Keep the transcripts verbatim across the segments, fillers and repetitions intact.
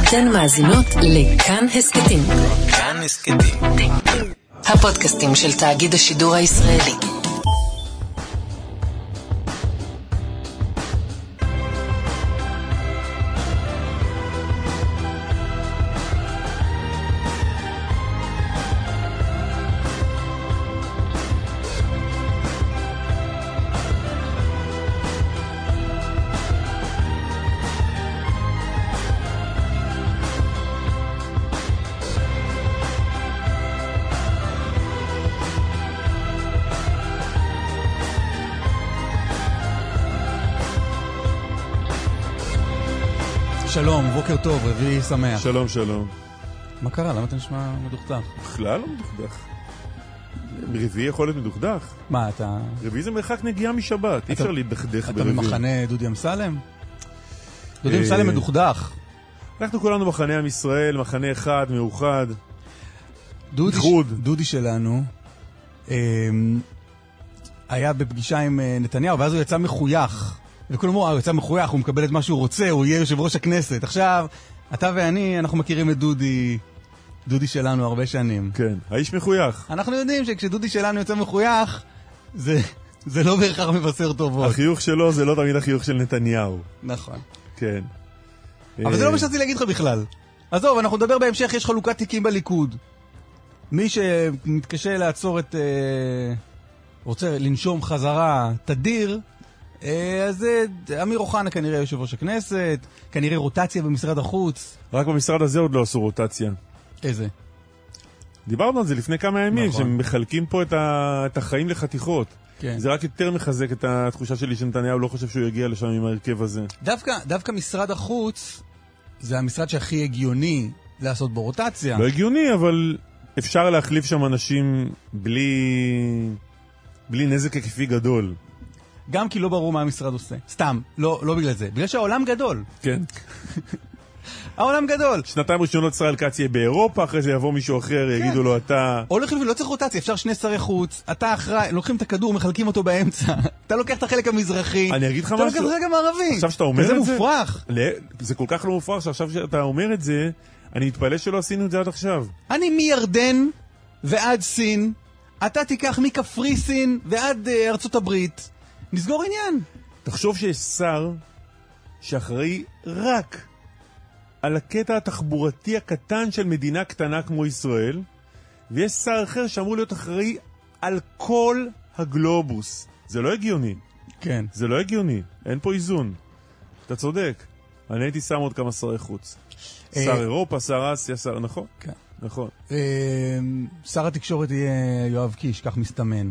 אתן מאזינות לכאן הסקטים. כאן הסקטים. הפודקאסטים של תאגיד השידור הישראלי. שלום, בוקר טוב, רביעי שמח. שלום, שלום. מה קרה? למה אתה נשמע מדוכדך? בכלל לא מדוכדך. רביעי יכול להיות מדוכדך. מה, אתה... רביעי זה מרחק נגיעה משבת, אי אפשר להידכדך ברביעי. אתה ממחנה דודי אמסלם? דודי אמסלם מדוכדך. אנחנו כולנו מחנה עם ישראל, מחנה אחד, מאוחד. דודי שלנו היה בפגישה עם נתניהו, ואז הוא יצא מחוייך. וכולם אמרו, הוא יצא מחוייך, הוא מקבל את מה שהוא רוצה, הוא יהיה יושב ראש הכנסת. עכשיו, אתה ואני, אנחנו מכירים את דודי, דודי שלנו הרבה שנים. כן, האיש מחוייך. אנחנו יודעים שכשדודי שלנו יוצא מחוייך, זה, זה לא בהכרח מבשר טובות. החיוך שלו זה לא תמיד החיוך של נתניהו. נכון. כן. אבל זה לא מה שרציתי להגיד לך בכלל. עזוב, אנחנו נדבר בהמשך, יש חלוקת תיקים בליכוד. מי שמתקשה לעצור את... רוצה לנשום חזרה תדיר, אז אמיר אוחנה כנראה יושב ראש הכנסת, כנראה רוטציה במשרד החוץ. רק במשרד הזה עוד לא עשו רוטציה. איזה? דיברנו על זה לפני כמה ימים, נכון. שמחלקים פה את, ה... את החיים לחתיכות. כן. זה רק יותר מחזק את התחושה שלי שנתניהו לא חושב שהוא יגיע לשם עם ההרכב הזה. דווקא, דווקא משרד החוץ זה המשרד שהכי הגיוני לעשות בו רוטציה. לא הגיוני, אבל אפשר להחליף שם אנשים בלי, בלי נזק היקפי גדול. גם כי לא ברור מה המשרד עושה. סתם, לא, לא בגלל זה. בגלל שהעולם גדול. כן. העולם גדול. שנתיים ראשונות ישראל כץ יהיה באירופה, אחרי זה יבוא מישהו אחר, כן. יגידו לו אתה... או לחלופין, לא צריך רוטציה, אפשר שני שרי חוץ, אתה אחראי, לוקחים את הכדור, מחלקים אותו באמצע. אתה לוקח את החלק המזרחי. אני אגיד לך משהו. אתה לוקח את החלק המערבי. עכשיו שאתה אומר את זה... זה מופרך. לא, זה כל כך לא מופרך, שעכשיו שאתה אומר את זה, אני מתפלא שלא עשינו את זה עד עכשיו. אני מירדן ועד סין, אתה תיקח מקפריסין ועד uh, ארצות הברית. נסגור עניין. תחשוב שיש שר שאחראי רק על הקטע התחבורתי הקטן של מדינה קטנה כמו ישראל, ויש שר אחר שאמור להיות אחראי על כל הגלובוס. זה לא הגיוני. כן. זה לא הגיוני. אין פה איזון. אתה צודק. אני הייתי שם עוד כמה שרי חוץ. שר אירופה, שר אסיה, שר... נכון? כן. נכון. שר התקשורת יהיה יואב קיש, כך מסתמן.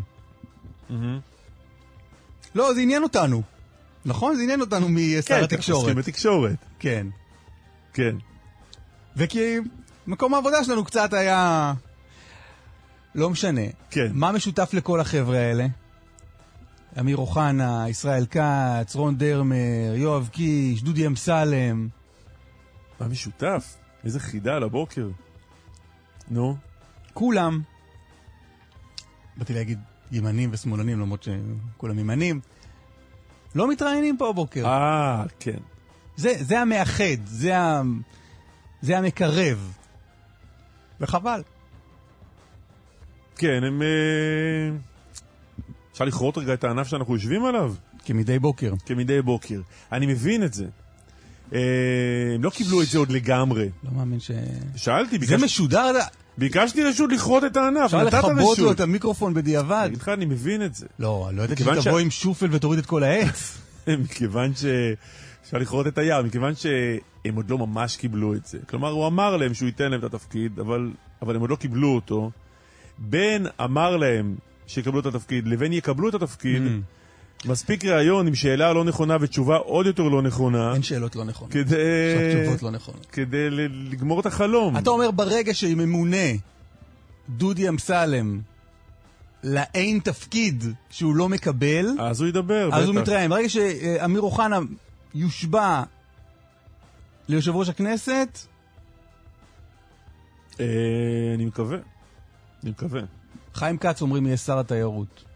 לא, זה עניין אותנו. נכון? זה עניין אותנו משר התקשורת. כן, עוסקים בתקשורת. כן. כן. וכי מקום העבודה שלנו קצת היה... לא משנה. כן. מה משותף לכל החבר'ה האלה? אמיר אוחנה, ישראל כץ, רון דרמר, יואב קיש, דודי אמסלם. מה משותף? איזה חידה לבוקר. נו? כולם. באתי להגיד ימנים ושמאלנים, למרות שכולם ימנים. לא מתראיינים פה הבוקר. אה, כן. זה, זה המאחד, זה, ה... זה המקרב. וחבל. כן, הם... אפשר לכרות רגע את הענף שאנחנו יושבים עליו? כמדי בוקר. כמדי בוקר. אני מבין את זה. הם לא קיבלו את זה עוד לגמרי. לא מאמין ש... שאלתי, ביקש... זה משודר... ביקשתי רשות לכרות את הענף. אפשר לחבות לו את המיקרופון בדיעבד. אני אגיד לך, אני מבין את זה. לא, לא יודעת שתבוא עם שופל ותוריד את כל העץ. מכיוון ש... אפשר לכרות את היער, מכיוון שהם עוד לא ממש קיבלו את זה. כלומר, הוא אמר להם שהוא ייתן להם את התפקיד, אבל, אבל הם עוד לא קיבלו אותו. בין אמר להם שיקבלו את התפקיד, לבין יקבלו את התפקיד, mm. מספיק ראיון עם שאלה לא נכונה ותשובה עוד יותר לא נכונה. אין שאלות לא נכונות. כדי... תשובות לא נכונות. כדי לגמור את החלום. אתה אומר ברגע שממונה דודי אמסלם לאין תפקיד שהוא לא מקבל, אז הוא ידבר, אז בטח. הוא מתראה. ברגע שאמיר אוחנה יושבע ליושב ראש הכנסת, אה, אני מקווה. אני מקווה. חיים כץ אומרים יהיה שר התיירות.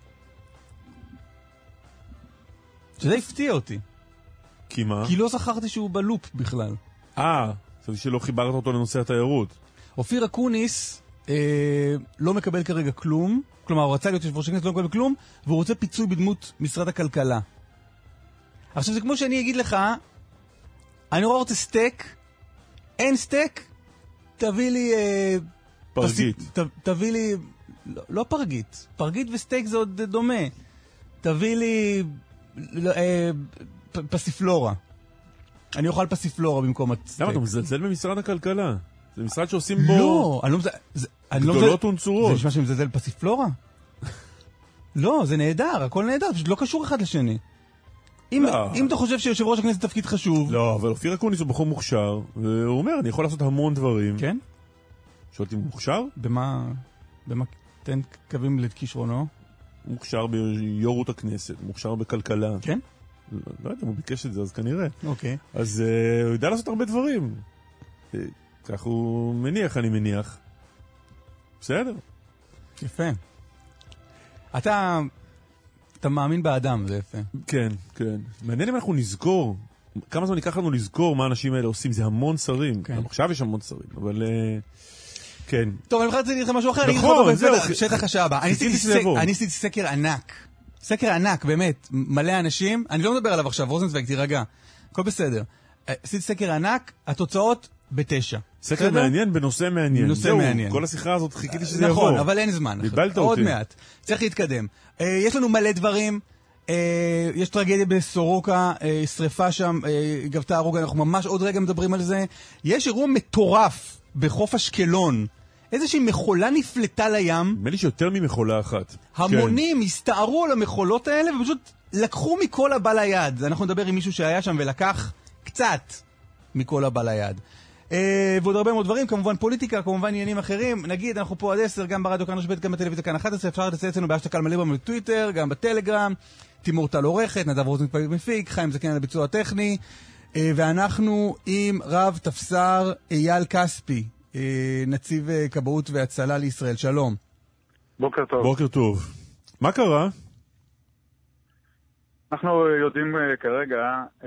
שזה הפתיע אותי. כי מה? כי לא זכרתי שהוא בלופ בכלל. אה, חשבתי שלא חיברת אותו לנושא התיירות. אופיר אקוניס אה, לא מקבל כרגע כלום, כלומר הוא רצה להיות יושב ראש הכנסת, לא מקבל כלום, והוא רוצה פיצוי בדמות משרד הכלכלה. עכשיו זה כמו שאני אגיד לך, אני רואה רוצה סטייק, אין סטייק, תביא לי... אה, פרגית. פס... ת, תביא לי... לא, לא פרגית, פרגית וסטייק זה עוד דומה. תביא לי... אה, פ, פסיפלורה. אני אוכל פסיפלורה במקום הסטייק. למה אתה מזלזל במשרד הכלכלה? זה משרד שעושים בו... לא, אני לא מזלזל... גדולות ונצורות. זה נשמע שמזלזל בפסיפלורה? לא, זה נהדר, הכל נהדר, פשוט לא קשור אחד לשני. אם, לא. אם אתה חושב שיושב ראש הכנסת תפקיד חשוב... לא, אבל אופיר אקוניס הוא בחור מוכשר, והוא אומר, אני יכול לעשות המון דברים. כן? שואלתי, הוא מוכשר? במה... במה... תן קווים לכישרונו. הוא מוכשר ביורות הכנסת, הוא מוכשר בכלכלה. כן? לא, לא יודע, הוא ביקש את זה, אז כנראה. אוקיי. אז uh, הוא יודע לעשות הרבה דברים. Uh, כך הוא מניח, אני מניח. בסדר. יפה. אתה... אתה מאמין באדם, זה יפה. כן, כן. מעניין אם אנחנו נזכור, כמה זמן ייקח לנו לזכור מה האנשים האלה עושים, זה המון שרים. כן. גם עכשיו יש המון שרים, אבל... Uh, כן. טוב, אני חייב להגיד לך משהו אחר. נכון, זהו. שטח השעה הבאה. אני עשיתי סקר ענק. סקר ענק, באמת. מלא אנשים. אני לא מדבר עליו עכשיו, רוזנצוויג, תירגע. הכל בסדר. עשיתי סקר ענק, התוצאות בתשע. סקר מעניין בנושא מעניין. בנושא מעניין. כל השיחה הזאת חיכיתי שזה יבוא. נכון, אבל אין זמן. בלבלת עוד אותי. מעט. צריך להתקדם. יש לנו מלא דברים. יש טרגדיה בסורוקה, שריפה שם, גבתה הרוגע, אנחנו ממש עוד רגע מדברים על זה. יש אירוע מטורף בחוף אשקלון. איזושהי מכולה נפלטה לים. נדמה לי שיותר ממכולה אחת. המונים הסתערו על המכולות האלה ופשוט לקחו מכל הבא ליד. אנחנו נדבר עם מישהו שהיה שם ולקח קצת מכל הבא ליד. אה, ועוד הרבה מאוד דברים, כמובן פוליטיקה, כמובן עניינים אחרים. נגיד, אנחנו פה עד עשר, גם ברדיו כאן רשת ב', גם בטלוויזיה כאן אחת עשרה, אפשר לצאת אצלנו באשטג מלא בטוויטר, גם בטלגרם. תימור טל עורכת, נדב רוזנצוויג מפיק, חיים זקן על הביצוע הטכני. אה, ואנחנו עם רב תפסר אייל כספי, נציב כבאות והצלה לישראל. שלום. בוקר טוב. בוקר טוב. מה קרה? אנחנו יודעים כרגע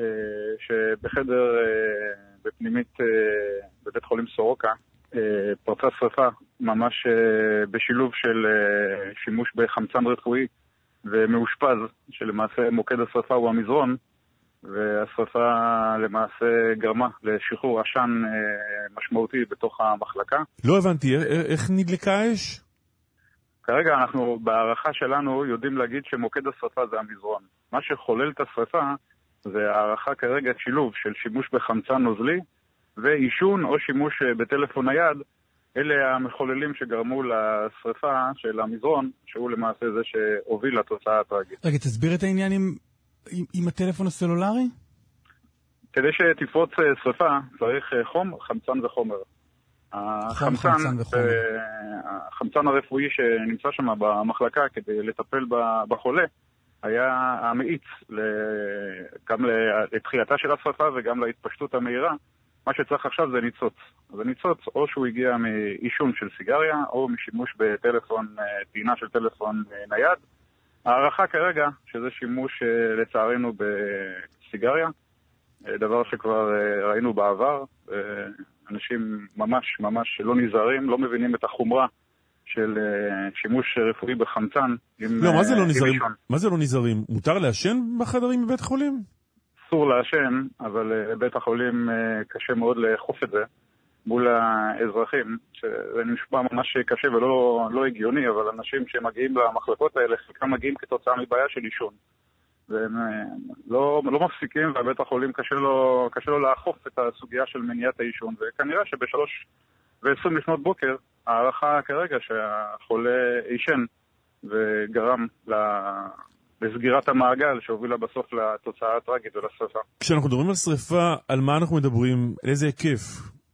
שבחדר בפנימית בבית חולים סורוקה פרצה שריפה ממש בשילוב של שימוש בחמצן רפואי ומאושפז, שלמעשה מוקד השריפה הוא המזרון, והשריפה למעשה גרמה לשחרור עשן משמעותי בתוך המחלקה. לא הבנתי, איך נדלקה אש? כרגע אנחנו בהערכה שלנו יודעים להגיד שמוקד השריפה זה המזרון. מה שחולל את השריפה זה הערכה כרגע שילוב של שימוש בחמצן נוזלי ואישון או שימוש בטלפון נייד. אלה המחוללים שגרמו לשריפה של המזרון, שהוא למעשה זה שהוביל לתוצאה הטרגית. רגע, תסביר את העניין עם... עם, עם הטלפון הסלולרי? כדי שתפרוץ שריפה צריך חום, חמצן וחומר. חום, חמצן וחומר. החמצן הרפואי שנמצא שם במחלקה כדי לטפל בחולה היה המאיץ גם לתחילתה של השריפה וגם להתפשטות המהירה. מה שצריך עכשיו זה ניצוץ. אז הניצוץ או שהוא הגיע מאישון של סיגריה או משימוש בטלפון, טעינה של טלפון נייד. הערכה כרגע שזה שימוש לצערנו בסיגריה, דבר שכבר ראינו בעבר. אנשים ממש ממש לא נזהרים, לא מבינים את החומרה של שימוש רפואי בחמצן. לא, מה זה לא נזהרים? מה זה לא נזהרים? מותר לעשן בחדרים בבית חולים? אסור לעשן, אבל בית החולים קשה מאוד לאכוף את זה מול האזרחים, שזה נשמע ממש קשה ולא לא הגיוני, אבל אנשים שמגיעים למחלקות האלה, חלקם מגיעים כתוצאה מבעיה של אישון. והם לא, לא מפסיקים, והבית החולים קשה לו, קשה לו לאכוף את הסוגיה של מניעת האישון, וכנראה שבשלוש ועשרים לפנות בוקר, הערכה כרגע שהחולה אישן וגרם לסגירת המעגל שהובילה בסוף לתוצאה הטרגית ולשריפה. כשאנחנו מדברים על שריפה, על מה אנחנו מדברים? על איזה היקף?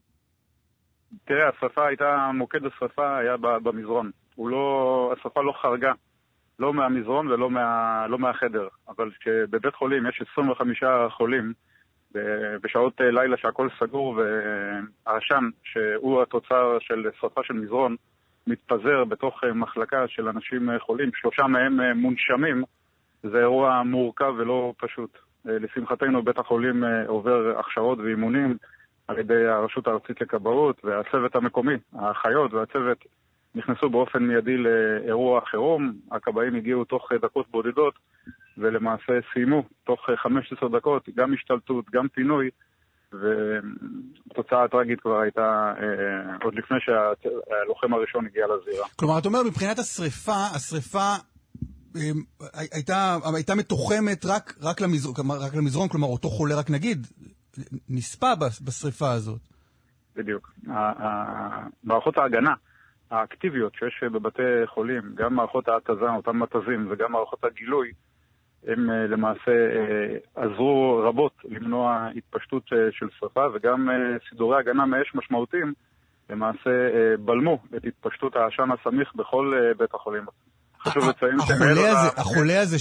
תראה, השריפה הייתה, מוקד השריפה היה במזרון. הוא לא, השריפה לא חרגה, לא מהמזרון ולא מה, לא מהחדר. אבל כשבבית חולים יש עשרים וחמישה חולים, בשעות לילה שהכל סגור, והעשן, שהוא התוצר של שריפה של מזרון, מתפזר בתוך מחלקה של אנשים חולים, שלושה מהם מונשמים, זה אירוע מורכב ולא פשוט. לשמחתנו, בית החולים עובר הכשרות ואימונים, על ידי הרשות הארצית לכבאות, והצוות המקומי, האחיות והצוות נכנסו באופן מיידי לאירוע חירום. הכבאים הגיעו תוך דקות בודדות, ולמעשה סיימו תוך חמש עשרה דקות, גם השתלטות, גם פינוי, והתוצאה הטרגית כבר הייתה אה, עוד לפני שהלוחם הראשון הגיע לזירה. כלומר, אתה אומר, מבחינת השריפה, השריפה אה, הייתה, הייתה מתוחמת רק, רק, למזרון, רק למזרון, כלומר, אותו חולה רק נגיד, נספה בשריפה הזאת. בדיוק. מערכות ההגנה האקטיביות שיש בבתי חולים, גם מערכות ההתזה, אותם מתזים, וגם מערכות הגילוי, הם למעשה עזרו רבות למנוע התפשטות של שריפה, וגם סידורי הגנה מאש משמעותיים למעשה בלמו את התפשטות העשן הסמיך בכל בית החולים. חשוב לציין החולה הזה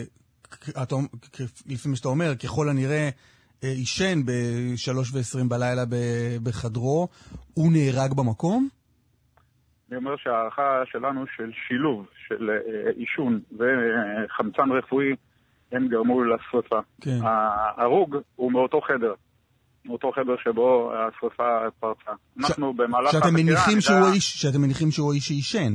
לפעמים שאתה אומר, ככל הנראה אישן ב-שלוש ועשרים בלילה בחדרו, הוא נהרג במקום? אני אומר שהערכה שלנו של שילוב של אישון וחמצן רפואי הם גרמו לשריפה. כן. ההרוג הוא מאותו חדר, מאותו חדר שבו השריפה פרצה. ש... אנחנו במהלך שאתם החקירה... מניחים שהוא איש, שאתם מניחים שהוא איש שאישן.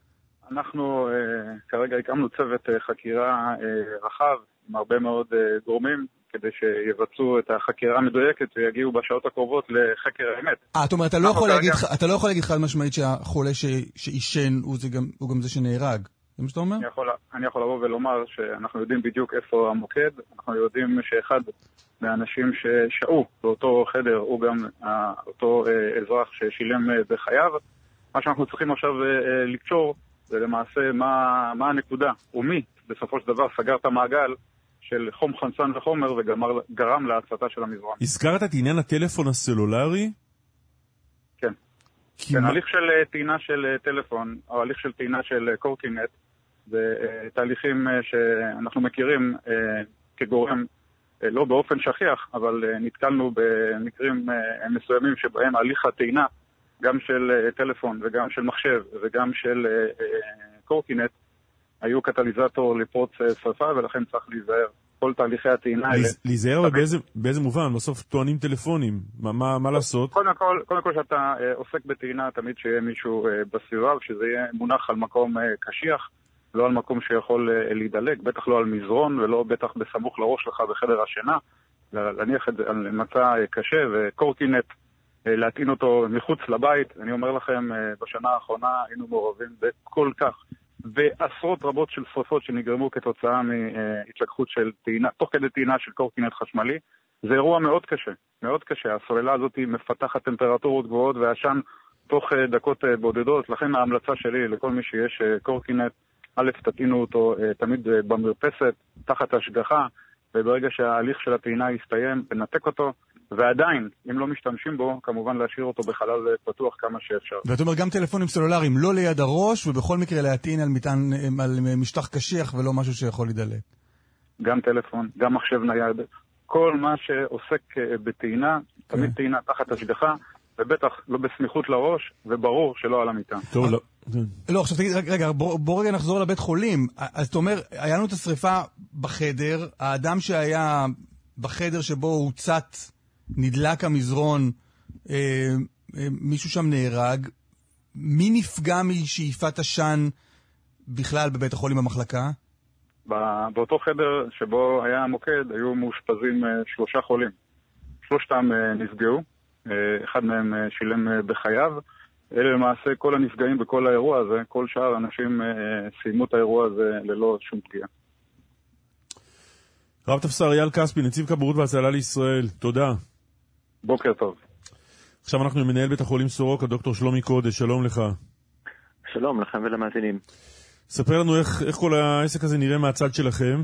אנחנו uh, כרגע הקמנו צוות uh, חקירה uh, רחב עם הרבה מאוד uh, גורמים, כדי שיבצעו את החקירה המדויקת ויגיעו בשעות הקרובות לחקר האמת. אה, זאת אומרת, אתה לא יכול להגיד, אתה לא יכול להגיד חד משמעית שהחולה שאישן הוא גם, הוא גם זה שנהרג. זה מה שאתה אומר? אני יכול, אני יכול לבוא ולומר שאנחנו יודעים בדיוק איפה המוקד, אנחנו יודעים שאחד מהאנשים ששעו באותו חדר הוא גם אותו אזרח ששילם בחייו. מה שאנחנו צריכים עכשיו לקשור זה למעשה מה, מה הנקודה, ומי בסופו של דבר סגר את המעגל של חום חמצן וחומר וגרם להצתה של המזרון. הזכרת את עניין הטלפון הסלולרי? כן. כן, הליך של טעינה של טלפון, או הליך של טעינה של קורקינט, זה תהליכים שאנחנו מכירים כגורם, לא באופן שכיח, אבל נתקלנו במקרים מסוימים שבהם הליך הטעינה, גם של טלפון וגם של מחשב וגם של קורקינט, היו קטליזטור לפרוץ שריפה, ולכן צריך להיזהר. כל תהליכי הטעינה האלה. להיזהר, אבל באיזה מובן? בסוף טוענים טלפונים. מה לעשות? קודם כל, קודם כל שאתה עוסק בטעינה, תמיד שיהיה מישהו בסביבה, ושזה יהיה מונח על מקום קשיח, לא על מקום שיכול להידלק, בטח לא על מזרון, ולא בטח בסמוך לראש שלך בחדר השינה. להניח את זה על מצע קשה, וקורקינט, להטעין אותו מחוץ לבית. אני אומר לכם, בשנה האחרונה היינו מעורבים בכל כך. ועשרות רבות של שריפות שנגרמו כתוצאה מהתלקחות של טעינה, תוך כדי טעינה של קורקינט חשמלי. זה אירוע מאוד קשה, מאוד קשה. הסוללה הזאת מפתחת טמפרטורות גבוהות והעשן תוך דקות בודדות. לכן ההמלצה שלי לכל מי שיש קורקינט, א', תטעינו אותו תמיד במרפסת, תחת השגחה, וברגע שההליך של הטעינה יסתיים, נתק אותו, ועדיין, אם לא משתמשים בו, כמובן להשאיר אותו בחלל פתוח כמה שאפשר. ואתה אומר גם טלפונים סלולריים, לא ליד הראש, ובכל מקרה להטעין על, מטען, על משטח קשיח ולא משהו שיכול לדלק. גם טלפון, גם מחשב נייד, כל מה שעוסק בטעינה, okay. תמיד טעינה תחת השגחה, ובטח לא בסמיכות לראש, וברור שלא על המיטה. טוב, לא. לא, עכשיו תגיד, רגע, בוא, בוא רגע נחזור לבית חולים. אז אתה אומר, היה לנו את השריפה בחדר, האדם שהיה בחדר שבו הוא צט, נדלק המזרון, אה, אה, מישהו שם נהרג. מי נפגע משאיפת עשן בכלל בבית החולים במחלקה? באותו חדר שבו היה המוקד, היו מאושפזים אה, שלושה חולים. שלושתם אה, נפגעו, אה, אחד מהם אה, שילם בחייו. אלה למעשה כל הנפגעים בכל האירוע הזה, כל שאר האנשים אה, סיימו את האירוע הזה ללא שום פגיעה. רב תפסר אייל כספי, נציב כבאות והצלה לישראל, תודה. בוקר טוב. עכשיו אנחנו עם מנהל בית החולים סורוקה, דוקטור שלומי קודש, שלום לך. שלום לכם ולמאזינים. ספר לנו איך, איך כל העסק הזה נראה מהצד שלכם.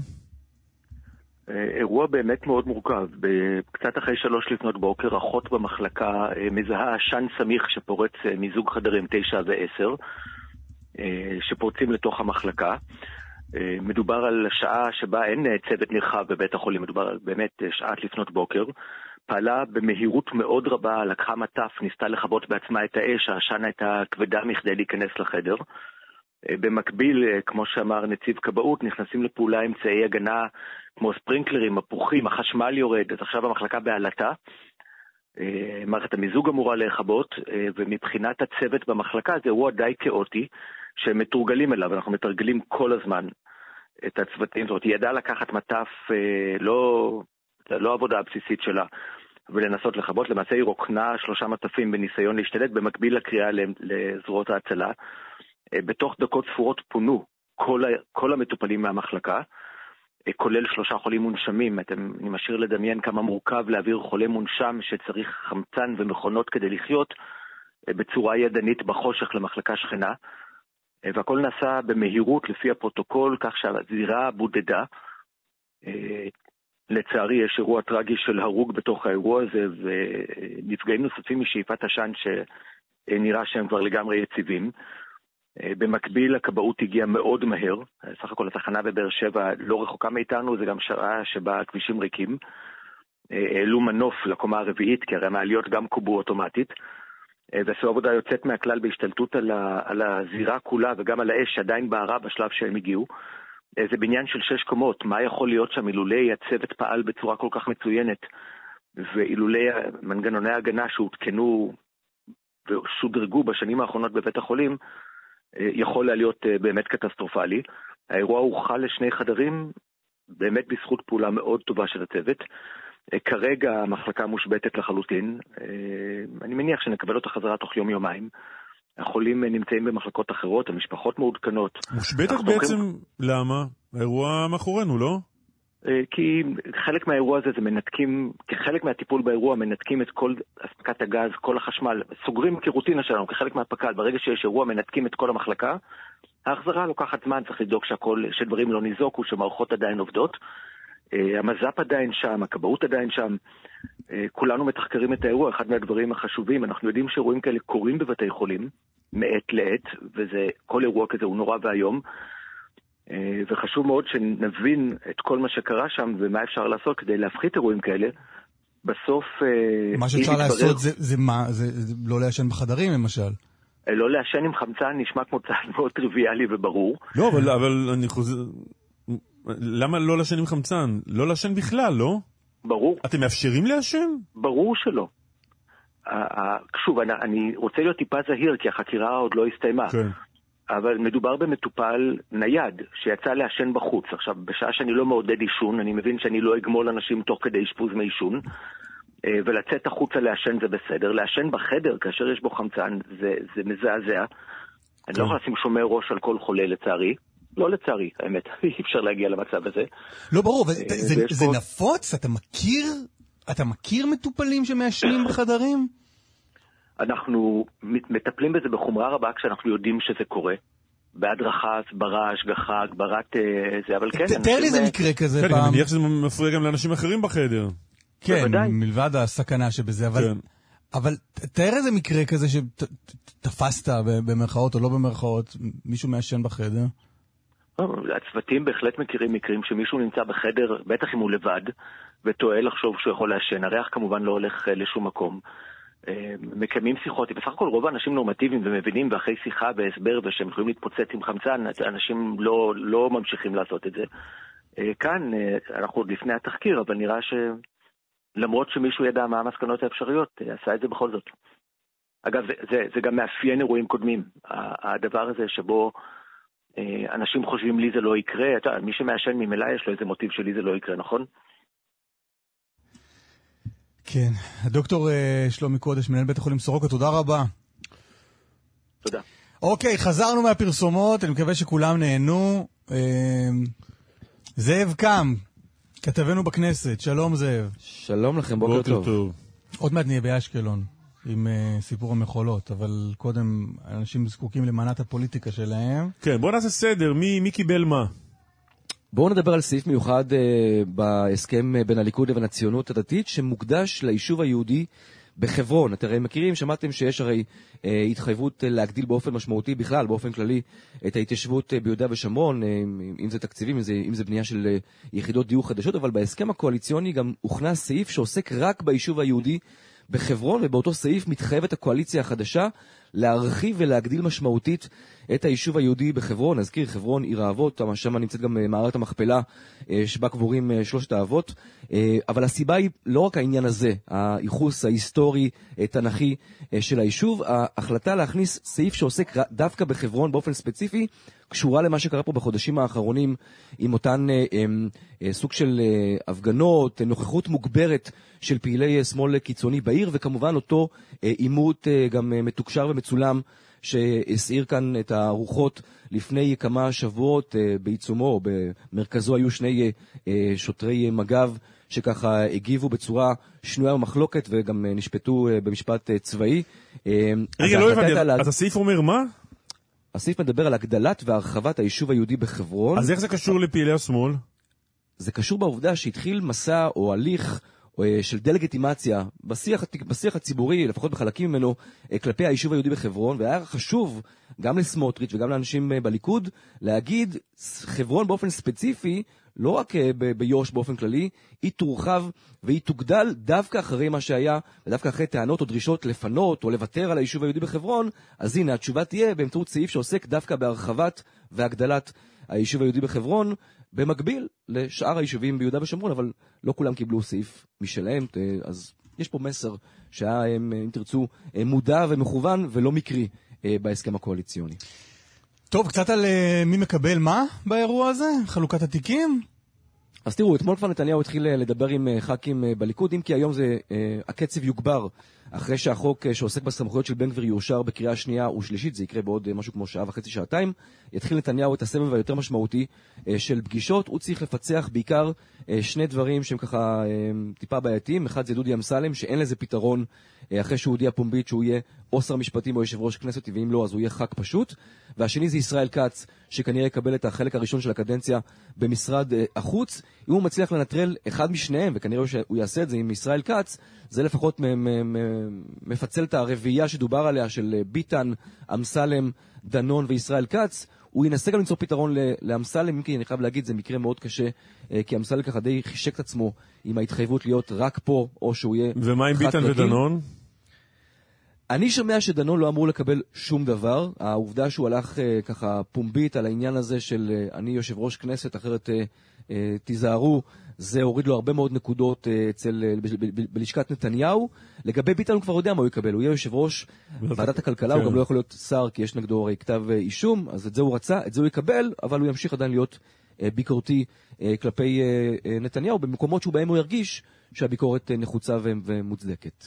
אירוע באמת מאוד מורכב. קצת אחרי שלוש לפנות בוקר, אחות במחלקה מזהה עשן סמיך שפורץ מזוג חדרים תשע ועשר, שפורצים לתוך המחלקה. מדובר על שעה שבה אין צוות נרחב בבית החולים, מדובר על באמת שעת לפנות בוקר. פעלה במהירות מאוד רבה, לקחה מטף, ניסתה לחבות בעצמה את האש, העשן הייתה כבדה מכדי להיכנס לחדר. במקביל, כמו שאמר נציב כבאות, נכנסים לפעולה אמצעי הגנה כמו ספרינקלרים, הפוחים, החשמל יורד, אז עכשיו המחלקה בעלתה. מערכת המיזוג אמורה להיכבות, ומבחינת הצוות במחלקה זה אירוע די כאוטי, שהם מתורגלים אליו, אנחנו מתרגלים כל הזמן את הצוותים, זאת אומרת, היא ידעה לקחת מטף, לא, לא עבודה הבסיסית שלה, ולנסות לחבות, למעשה היא רוקנה שלושה מטפים בניסיון להשתלט, במקביל לקריאה לזרועות ההצלה. בתוך דקות ספורות פונו כל, כל המטופלים מהמחלקה, כולל שלושה חולים מונשמים. אתם, אני משאיר לדמיין כמה מורכב להעביר חולה מונשם שצריך חמצן ומכונות כדי לחיות, בצורה ידנית בחושך למחלקה שכנה. והכל נעשה במהירות לפי הפרוטוקול, כך שהזירה בודדה. לצערי יש אירוע טרגי של הרוג בתוך האירוע הזה, ונפגעים נוספים משאיפת עשן שנראה שהם כבר לגמרי יציבים. במקביל הכבאות הגיעה מאוד מהר, סך הכל התחנה בבאר שבע לא רחוקה מאיתנו, זה גם שעה שבה הכבישים ריקים. העלו מנוף לקומה הרביעית, כי הרי המעליות גם קובו אוטומטית, ועשו עבודה יוצאת מהכלל בהשתלטות על, ה, על הזירה כולה וגם על האש שעדיין בערה בשלב שהם הגיעו. זה בניין של שש קומות, מה יכול להיות שם אילולי הצוות פעל בצורה כל כך מצוינת, ואילולי מנגנוני ההגנה שהותקנו ושודרגו בשנים האחרונות בבית החולים, יכול להיות באמת קטסטרופלי. האירוע הוכל לשני חדרים, באמת בזכות פעולה מאוד טובה של הצוות. כרגע המחלקה מושבתת לחלוטין, אני מניח שנקבל אותה חזרה תוך יום יומיים. החולים נמצאים במחלקות אחרות, המשפחות מעודכנות. מושבתת בעצם, הולכים... למה? האירוע מאחורינו, לא? כי חלק מהאירוע הזה זה מנתקים, כחלק מהטיפול באירוע מנתקים את כל אספקת הגז, כל החשמל, סוגרים כרוטינה שלנו, כחלק מהפקל. ברגע שיש אירוע מנתקים את כל המחלקה, ההחזרה לוקחת זמן, צריך לדאוג שהכל, שדברים לא ניזוקו, שמערכות עדיין עובדות. המז"פ עדיין שם, הכבאות עדיין שם, כולנו מתחקרים את האירוע. אחד מהדברים החשובים, אנחנו יודעים שאירועים כאלה קורים בבתי חולים, מעת לעת, וזה, כל אירוע כזה הוא נורא והיום, וחשוב מאוד שנבין את כל מה שקרה שם ומה אפשר לעשות כדי להפחית אירועים כאלה. בסוף... מה שאפשר לעשות זה, זה מה? זה, זה לא לעשן בחדרים למשל? לא לעשן עם חמצן נשמע כמו צעד מאוד טריוויאלי וברור. לא, אבל, אבל אני חוזר... למה לא לעשן עם חמצן? לא לעשן בכלל, לא? ברור. אתם מאפשרים לעשן? ברור שלא. שוב, אני, אני רוצה להיות טיפה זהיר, כי החקירה עוד לא הסתיימה. כן. אבל מדובר במטופל נייד, שיצא לעשן בחוץ. עכשיו, בשעה שאני לא מעודד עישון, אני מבין שאני לא אגמול אנשים תוך כדי אשפוז מעישון, ולצאת החוצה לעשן זה בסדר. לעשן בחדר, כאשר יש בו חמצן, זה, זה מזעזע. כן. אני לא יכול לשים שומר ראש על כל חולה, לצערי. לא לצערי, האמת, אי אפשר להגיע למצב הזה. לא ברור, אבל זה, זה פה... נפוץ? אתה מכיר, אתה מכיר מטופלים שמעשנים בחדרים? אנחנו מטפלים בזה בחומרה רבה כשאנחנו יודעים שזה קורה. בהדרכה, הסברה, השגחה, הגברת זה, אבל כן. תאר לי איזה מקרה כזה פעם. אני מניח שזה מפריע גם לאנשים אחרים בחדר. כן, מלבד הסכנה שבזה, אבל... אבל תאר איזה מקרה כזה שתפסת במרכאות או לא במרכאות, מישהו מעשן בחדר? הצוותים בהחלט מכירים מקרים שמישהו נמצא בחדר, בטח אם הוא לבד, וטועה לחשוב שהוא יכול לעשן. הריח כמובן לא הולך לשום מקום. מקיימים שיחות, בסך הכל רוב האנשים נורמטיביים ומבינים, ואחרי שיחה והסבר ושהם יכולים להתפוצץ עם חמצן, אנשים לא, לא ממשיכים לעשות את זה. כאן אנחנו עוד לפני התחקיר, אבל נראה שלמרות שמישהו ידע מה המסקנות האפשריות, עשה את זה בכל זאת. אגב, זה, זה, זה גם מאפיין אירועים קודמים. הדבר הזה שבו אנשים חושבים לי זה לא יקרה, אתה, מי שמעשן ממילא יש לו איזה מוטיב שלי זה לא יקרה, נכון? כן. הדוקטור שלומי קודש, מנהל בית החולים סורוקה, תודה רבה. תודה. אוקיי, חזרנו מהפרסומות, אני מקווה שכולם נהנו. זאב קם, כתבנו בכנסת, שלום זאב. שלום לכם, בוקר טוב. טוב. עוד מעט נהיה באשקלון עם uh, סיפור המחולות, אבל קודם אנשים זקוקים למנת הפוליטיקה שלהם. כן, בואו נעשה סדר, מי, מי קיבל מה? בואו נדבר על סעיף מיוחד uh, בהסכם בין הליכוד לבין הציונות הדתית, שמוקדש ליישוב היהודי בחברון. אתם הרי מכירים, שמעתם שיש הרי uh, התחייבות להגדיל באופן משמעותי בכלל, באופן כללי, את ההתיישבות uh, ביהודה ושומרון, uh, אם זה תקציבים, אם זה, אם זה בנייה של uh, יחידות דיור חדשות, אבל בהסכם הקואליציוני גם הוכנס סעיף שעוסק רק ביישוב היהודי בחברון, ובאותו סעיף מתחייבת הקואליציה החדשה להרחיב ולהגדיל משמעותית את היישוב היהודי בחברון. נזכיר, חברון עיר האבות, שם נמצאת גם מערת המכפלה שבה קבורים שלושת האבות, אבל הסיבה היא לא רק העניין הזה, הייחוס ההיסטורי תנכי של היישוב. ההחלטה להכניס סעיף שעוסק דווקא בחברון באופן ספציפי קשורה למה שקרה פה בחודשים האחרונים עם אותן אה, אה, סוג של אה, הפגנות, נוכחות מוגברת של פעילי שמאל קיצוני בעיר, וכמובן אותו אה, עימות אה, גם אה, מתוקשר ומצולם שהסעיר כאן את הרוחות לפני כמה שבועות אה, בעיצומו, במרכזו היו שני אה, אה, שוטרי מג"ב שככה הגיבו בצורה שנויה במחלוקת וגם אה, נשפטו אה, במשפט אה, צבאי. אה, רגע, לא הבנתי, אז, אז הסעיף אומר מה? הסעיף מדבר על הגדלת והרחבת היישוב היהודי בחברון. אז איך זה קשור לפעילי השמאל? זה קשור בעובדה שהתחיל מסע או הליך או, של דלגיטימציה בשיח, בשיח הציבורי, לפחות בחלקים ממנו, כלפי היישוב היהודי בחברון, והיה חשוב גם לסמוטריץ' וגם לאנשים בליכוד להגיד, חברון באופן ספציפי, לא רק ב- ביוש באופן כללי, היא תורחב והיא תוגדל דווקא אחרי מה שהיה, ודווקא אחרי טענות או דרישות לפנות או לוותר על היישוב היהודי בחברון. אז הנה, התשובה תהיה באמצעות סעיף שעוסק דווקא בהרחבת והגדלת היישוב היהודי בחברון, במקביל לשאר היישובים ביהודה ושומרון, אבל לא כולם קיבלו סעיף משלהם, אז יש פה מסר שהיה, אם תרצו, מודע ומכוון ולא מקרי בהסכם הקואליציוני. טוב, קצת על uh, מי מקבל מה באירוע הזה? חלוקת התיקים? אז תראו, אתמול כבר נתניהו התחיל לדבר עם uh, ח"כים uh, בליכוד, אם כי היום זה, uh, הקצב יוגבר אחרי שהחוק uh, שעוסק בסמכויות של בן גביר יאושר בקריאה שנייה ושלישית, זה יקרה בעוד uh, משהו כמו שעה וחצי, שעתיים, יתחיל נתניהו את הסבב היותר משמעותי uh, של פגישות. הוא צריך לפצח בעיקר uh, שני דברים שהם ככה uh, טיפה בעייתיים. אחד זה דודי אמסלם, שאין לזה פתרון uh, אחרי שהוא הודיע פומבית שהוא יהיה או שר משפטים או יושב ראש כנסת, ואם לא אז הוא יהיה ח"כ פשוט. והשני זה ישראל כץ, שכנראה יקבל את החלק הראשון של הקדנציה במשרד uh, החוץ. אם הוא מצליח לנטרל אחד משניהם, וכנראה שהוא יעשה את זה עם ישראל כץ, זה לפחות מפצל את הרביעייה שדובר עליה של ביטן, אמסלם, דנון וישראל כץ. הוא ינסה גם למצוא פתרון לאמסלם, אם כי אני חייב להגיד, זה מקרה מאוד קשה, כי אמסלם ככה די חישק את עצמו עם ההתחייבות להיות רק פה, או שהוא יהיה... ומה עם ביטן ודנון? אני שומע שדנון לא אמור לקבל שום דבר. העובדה שהוא הלך uh, ככה פומבית על העניין הזה של uh, אני יושב ראש כנסת, אחרת uh, uh, תיזהרו, זה הוריד לו הרבה מאוד נקודות uh, אצל, uh, ב- ב- ב- בלשכת נתניהו. לגבי ביטן הוא כבר יודע מה הוא יקבל, הוא יהיה יושב ראש ועדת הכלכלה, הוא גם לא יכול להיות שר כי יש נגדו הרי כתב uh, אישום, אז את זה הוא רצה, את זה הוא יקבל, אבל הוא ימשיך עדיין להיות uh, ביקורתי uh, כלפי uh, uh, נתניהו, במקומות שבהם הוא ירגיש שהביקורת uh, נחוצה ו- ומוצדקת.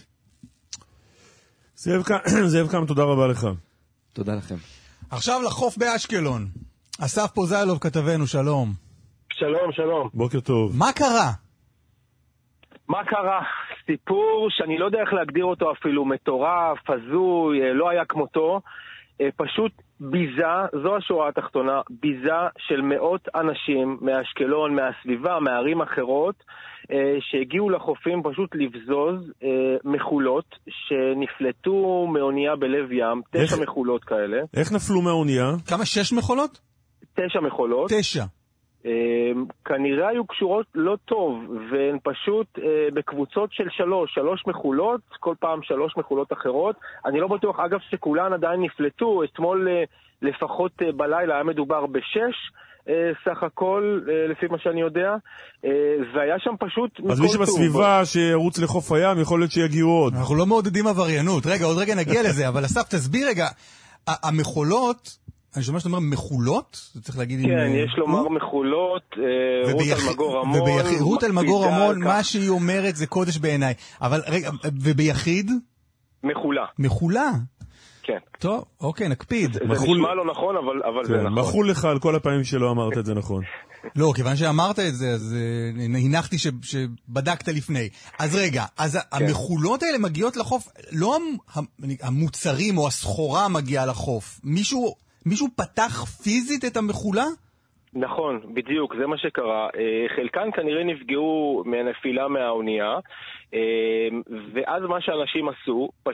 זאב קם, תודה רבה לך. תודה לכם. עכשיו לחוף באשקלון. אסף פוזיילוב כתבנו, שלום. שלום, שלום. בוקר טוב. מה קרה? מה קרה? סיפור שאני לא יודע איך להגדיר אותו אפילו, מטורף, הזוי, לא היה כמותו. פשוט ביזה, זו השורה התחתונה, ביזה של מאות אנשים מאשקלון, מהסביבה, מערים אחרות, שהגיעו לחופים פשוט לבזוז מחולות שנפלטו מאונייה בלב ים, תשע מחולות כאלה. איך נפלו מהאונייה? כמה? שש מחולות? תשע מחולות. תשע. כנראה היו קשורות לא טוב, והן פשוט בקבוצות של שלוש, שלוש מחולות, כל פעם שלוש מחולות אחרות. אני לא בטוח, אגב, שכולן עדיין נפלטו. אתמול לפחות בלילה היה מדובר בשש, סך הכל, לפי מה שאני יודע, והיה שם פשוט... אז מי שבסביבה שירוץ לחוף הים, יכול להיות שיגיעו עוד. אנחנו לא מעודדים עבריינות. רגע, עוד רגע נגיע לזה, אבל אסף, תסביר רגע, המחולות, אני שומע שאתה אומר מחולות, זה צריך להגיד... כן, יש לומר מחולות, רות אלמגור המון... רות אלמגור המון, מה שהיא אומרת זה קודש בעיניי. אבל רגע, וביחיד? מחולה. מחולה? כן. טוב, אוקיי, נקפיד. זה נשמע לא נכון, אבל זה נכון. מחול לך על כל הפעמים שלא אמרת את זה נכון. לא, כיוון שאמרת את זה, אז הנחתי שבדקת לפני. אז רגע, אז המחולות האלה מגיעות לחוף, לא המוצרים או הסחורה מגיעה לחוף. מישהו פתח פיזית את המחולה? נכון, בדיוק, זה מה שקרה. חלקן כנראה נפגעו מנפילה מהאונייה, ואז מה שאנשים עשו, פשוט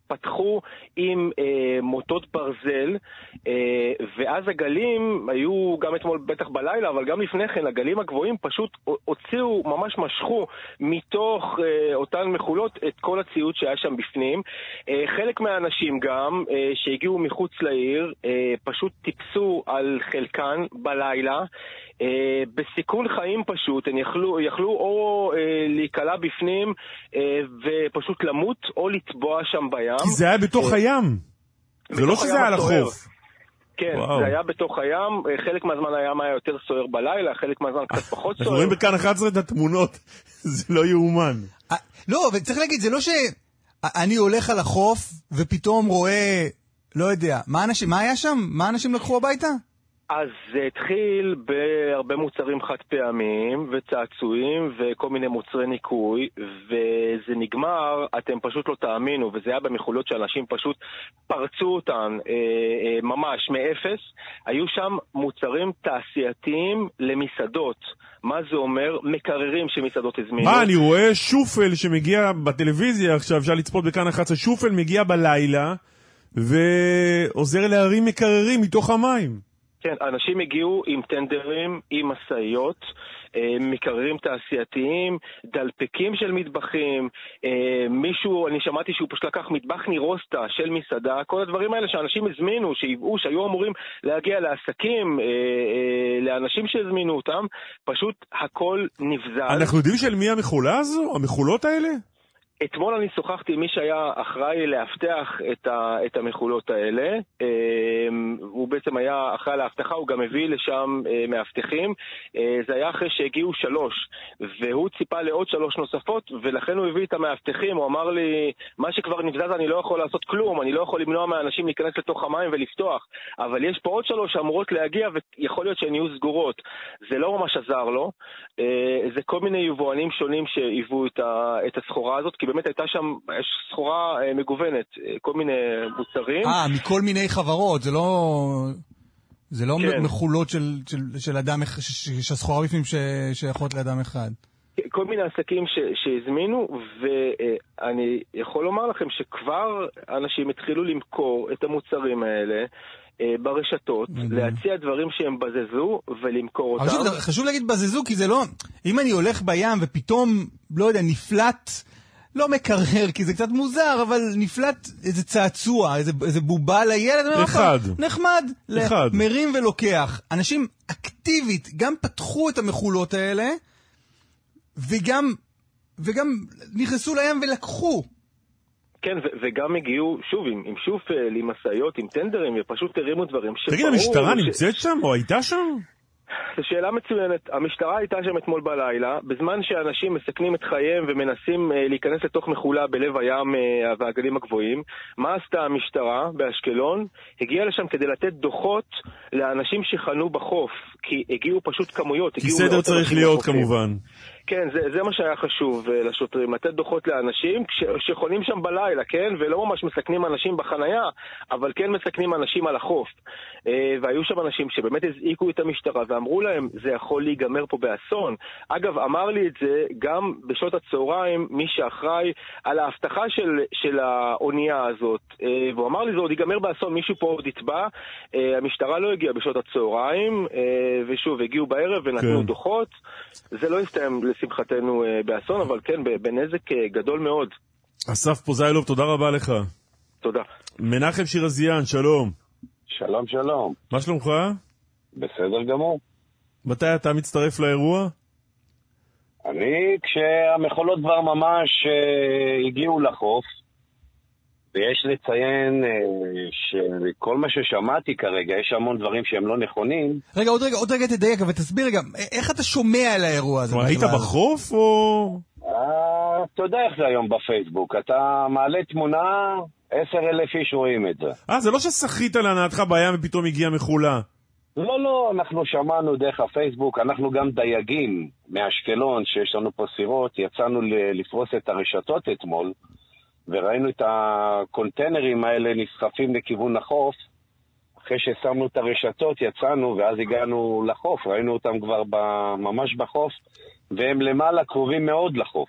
פתחו עם אה, מוטות ברזל, אה, ואז הגלים היו גם אתמול בטח בלילה, אבל גם לפני כן, הגלים הגבוהים פשוט הוציאו, ממש משכו מתוך אה, אותן מחולות את כל הציוד שהיה שם בפנים. אה, חלק מהאנשים גם אה, שהגיעו מחוץ לעיר, אה, פשוט טיפסו על חלקן בלילה, Uh, בסיכון חיים פשוט, הם יכלו, יכלו או uh, להיקלה בפנים uh, ופשוט למות או לטבוע שם בים. כי זה היה בתוך uh, הים. זה לא שזה היה על החוף. כן, וואו. זה היה בתוך הים, חלק מהזמן הים היה יותר סוער בלילה, חלק מהזמן קצת פחות סוער. אנחנו רואים בכאן אחת עשרה את התמונות, זה לא יאומן. לא, וצריך להגיד, זה לא שאני הולך על החוף ופתאום רואה, לא יודע, מה אנשים, מה היה שם? מה אנשים לקחו הביתה? אז זה התחיל בהרבה מוצרים חד פעמים וצעצועים וכל מיני מוצרי ניקוי, וזה נגמר, אתם פשוט לא תאמינו, וזה היה במחולות שאנשים פשוט פרצו אותן אה, אה, ממש מאפס. היו שם מוצרים תעשייתיים למסעדות. מה זה אומר? מקררים שמסעדות הזמינו. מה, אני רואה שופל שמגיע בטלוויזיה עכשיו, אפשר לצפות בכאן אחת עשרה, שופל מגיע בלילה ועוזר להרים מקררים מתוך המים. כן, אנשים הגיעו עם טנדרים, עם מסעיות, מקררים תעשייתיים, דלפקים של מטבחים, מישהו, אני שמעתי שהוא פשוט לקח מטבח נירוסטה של מסעדה, כל הדברים האלה שאנשים הזמינו, שהיוו, שהיו אמורים להגיע לעסקים, לאנשים שהזמינו אותם, פשוט הכל נבזל. אנחנו יודעים של מי המחולה הזו? המחולות האלה? אתמול אני שוחחתי עם מי שהיה אחראי להבטח את, ה, את המחולות האלה. הוא בעצם היה אחראי להבטחה, הוא גם הביא לשם מאבטחים. זה היה אחרי שהגיעו שלוש, והוא ציפה לעוד שלוש נוספות, ולכן הוא הביא את המאבטחים. הוא אמר לי, מה שכבר נבזז אני לא יכול לעשות כלום, אני לא יכול למנוע מהאנשים להיכנס לתוך המים ולפתוח, אבל יש פה עוד שלוש שאמורות להגיע, ויכול להיות שהן יהיו סגורות. זה לא ממש עזר לו. זה כל מיני יבואנים שונים שהיוו את, ה, את הסחורה הזאת, כי באמת הייתה שם, יש סחורה מגוונת, כל מיני מוצרים. אה, מכל מיני חברות, זה לא, זה לא כן. מחולות של, של, של אדם, שהסחורה בפנים שיכות לאדם אחד. כל מיני עסקים ש, שהזמינו, ואני יכול לומר לכם שכבר אנשים התחילו למכור את המוצרים האלה, ברשתות, להציע דברים שהם בזזו ולמכור אותם. חשוב, חשוב להגיד בזזו, כי זה לא, אם אני הולך בים ופתאום, לא יודע, נפלט, לא מקרר, כי זה קצת מוזר, אבל נפלט איזה צעצוע, איזה, איזה בובה לילד. אחד. נחמד. אחד. מרים ולוקח. אנשים אקטיבית גם פתחו את המחולות האלה, וגם, וגם נכנסו לים ולקחו. כן, ו- וגם הגיעו, שוב, עם, עם שופל, עם מסעיות, עם טנדרים, ופשוט הרימו דברים שברור... תגיד, המשטרה ש... נמצאת שם או הייתה שם? זו שאלה מצוינת. המשטרה הייתה שם אתמול בלילה, בזמן שאנשים מסכנים את חייהם ומנסים אה, להיכנס לתוך מחולה בלב הים אה, והגלים הגבוהים. מה עשתה המשטרה באשקלון? הגיעה לשם כדי לתת דוחות לאנשים שחנו בחוף, כי הגיעו פשוט כמויות. כי סדר צריך להיות בחופים. כמובן. כן, זה, זה מה שהיה חשוב uh, לשוטרים, לתת דוחות לאנשים ש, שחונים שם בלילה, כן? ולא ממש מסכנים אנשים בחנייה, אבל כן מסכנים אנשים על החוף. Uh, והיו שם אנשים שבאמת הזעיקו את המשטרה ואמרו להם, זה יכול להיגמר פה באסון. אגב, אמר לי את זה גם בשעות הצהריים, מי שאחראי על ההבטחה של, של האונייה הזאת. Uh, והוא אמר לי, זה עוד ייגמר באסון, מישהו פה עוד יתבע. Uh, המשטרה לא הגיעה בשעות הצהריים, uh, ושוב, הגיעו בערב ונתנו כן. דוחות. זה לא הסתיים לשמחתנו באסון, אבל כן, בנזק גדול מאוד. אסף פוזיילוב, תודה רבה לך. תודה. מנחם שירזיאן, שלום. שלום, שלום. מה שלומך? בסדר גמור. מתי אתה מצטרף לאירוע? אני, כשהמחולות כבר ממש uh, הגיעו לחוף, ויש לציין uh, שכל מה ששמעתי כרגע, יש המון דברים שהם לא נכונים. רגע, עוד רגע, עוד רגע תדייק, ותסביר רגע, איך אתה שומע על האירוע הזה? היית בחוף או... אתה יודע איך זה היום בפייסבוק, אתה מעלה תמונה, עשר אלף איש רואים את זה. אה, זה לא ששחית להנאתך בים ופתאום הגיעה מחולה. לא, לא, אנחנו שמענו דרך הפייסבוק, אנחנו גם דייגים מאשקלון, שיש לנו פה סירות, יצאנו לפרוס את הרשתות אתמול, וראינו את הקונטיינרים האלה נסחפים לכיוון החוף. אחרי ששמנו את הרשתות יצאנו ואז הגענו לחוף, ראינו אותם כבר ממש בחוף, והם למעלה קרובים מאוד לחוף.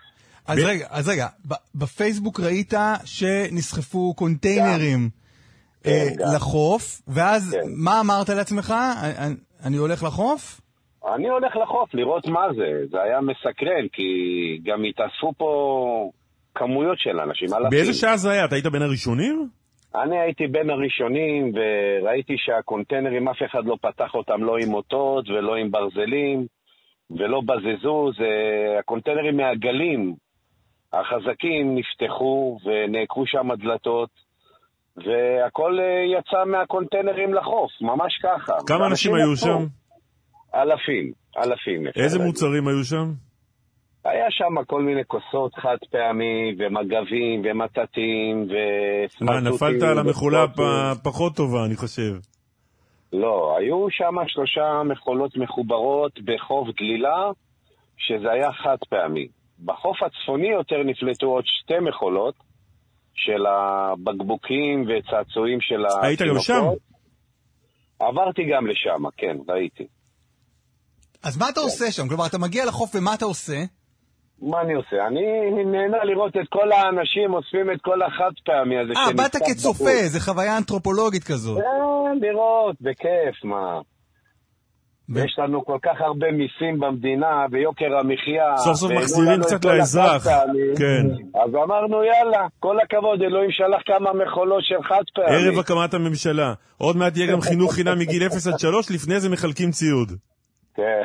אז רגע, אז רגע, בפייסבוק ראית שנסחפו קונטיינרים לחוף, ואז מה אמרת לעצמך? אני הולך לחוף? אני הולך לחוף, לראות מה זה. זה היה מסקרן, כי גם התאספו פה כמויות של אנשים. באיזה שעה זה היה? אתה היית בין הראשונים? אני הייתי בין הראשונים, וראיתי שהקונטיינרים, אף אחד לא פתח אותם, לא עם אותות ולא עם ברזלים, ולא בזזו. זה הקונטיינרים מהגלים החזקים נפתחו ונעקרו שם דלתות, והכל יצא מהקונטיינרים לחוף, ממש ככה. כמה אנשים היו שם? אלפים, אלפים. איזה מוצרים היו שם? היה שם כל מיני כוסות חד פעמי, ומגבים, ומטטים, וסמרטוטים. מה, נפלת על המחולה פחות טובה, אני חושב. לא, היו שם שלושה מכולות מחוברות בחוף דלילה, שזה היה חד פעמי. בחוף הצפוני יותר נפלטו עוד שתי מכולות, של הבקבוקים וצעצועים של התינוקות. היית גם שם? עברתי גם לשם, כן, ראיתי. אז מה אתה עושה שם? כלומר, אתה מגיע לחוף ומה אתה עושה? מה אני עושה? אני נהנה לראות את כל האנשים אוספים את כל החד פעמי הזה. אה, באת כצופה, זה חוויה אנתרופולוגית כזאת. כן, לראות, בכיף, מה. יש לנו כל כך הרבה מיסים במדינה, ביוקר המחיה. סוף סוף מחזירים קצת לאזרח. כן. אז אמרנו, יאללה, כל הכבוד, אלוהים שלח כמה מכולות של חד פעמי. ערב הקמת הממשלה. עוד מעט יהיה גם חינוך חינם מגיל אפס עד שלוש, לפני זה מחלקים ציוד. כן.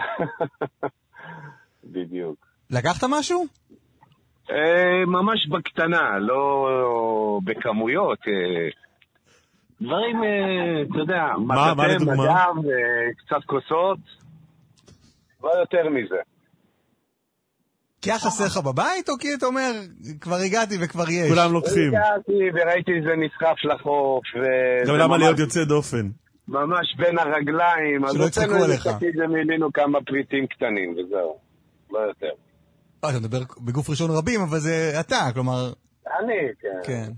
בדיוק. לקחת משהו? ממש בקטנה, לא בכמויות. דברים, אתה יודע, מטאטם, מדם, קצת כוסות, לא יותר מזה. כי היה חסר לך בבית, או כי אתה אומר, כבר הגעתי וכבר יש? כולם לוקחים. הגעתי וראיתי איזה נסחף לחוף. גם למה להיות יוצא דופן? ממש בין הרגליים. שלא יצחקו עליך. אז הוצאנו מילינו כמה פריטים קטנים, וזהו, לא יותר. אתה מדבר בגוף ראשון רבים, אבל זה אתה, כלומר... אני, כן. כן.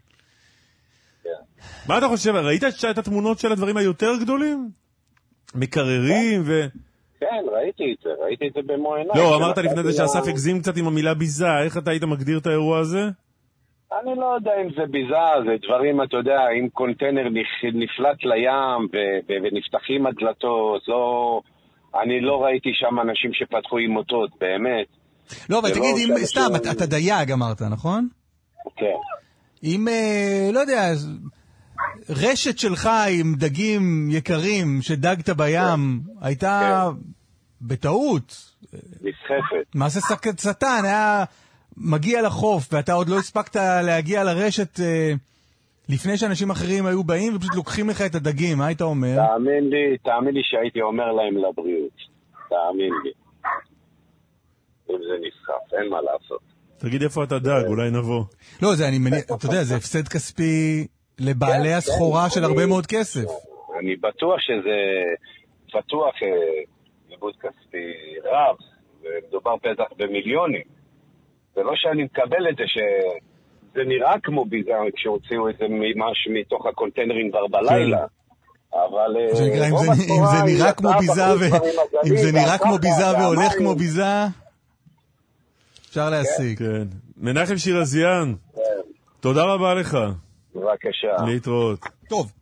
מה אתה חושב? ראית את התמונות של הדברים היותר גדולים? מקררים ו... כן, ראיתי את זה, ראיתי את זה במו עיניי. לא, אמרת לפני זה שאסף הגזים קצת עם המילה ביזה, איך אתה היית מגדיר את האירוע הזה? אני לא יודע אם זה ביזה, זה דברים, אתה יודע, אם קונטיינר נפלט לים ונפתחים הדלתות, לא... אני לא ראיתי שם אנשים שפתחו עם אותות, באמת. לא, אבל תגיד, אם, סתם, אתה דייג אמרת, נכון? כן. אם, לא יודע, רשת שלך עם דגים יקרים שדגת בים, הייתה בטעות. נסחפת. מעשה שטן, היה מגיע לחוף, ואתה עוד לא הספקת להגיע לרשת לפני שאנשים אחרים היו באים, ופשוט לוקחים לך את הדגים, מה היית אומר? תאמין לי, תאמין לי שהייתי אומר להם לבריאות. תאמין לי. אם זה נסחף, אין מה לעשות. תגיד איפה אתה דג, אולי נבוא. לא, זה אני מניח, אתה יודע, זה הפסד כספי לבעלי הסחורה של הרבה מאוד כסף. אני בטוח שזה פתוח איבוד כספי רב, ומדובר פתח במיליונים. זה לא שאני מקבל את זה שזה נראה כמו ביזה כשהוציאו את זה ממש מתוך הקונטיינרים כבר בלילה. אבל אם זה נראה כמו ביזה אם זה נראה כמו ביזה והולך כמו ביזה, אפשר להשיג. כן. מנחם שירזיאן, תודה רבה לך. בבקשה. להתראות. טוב,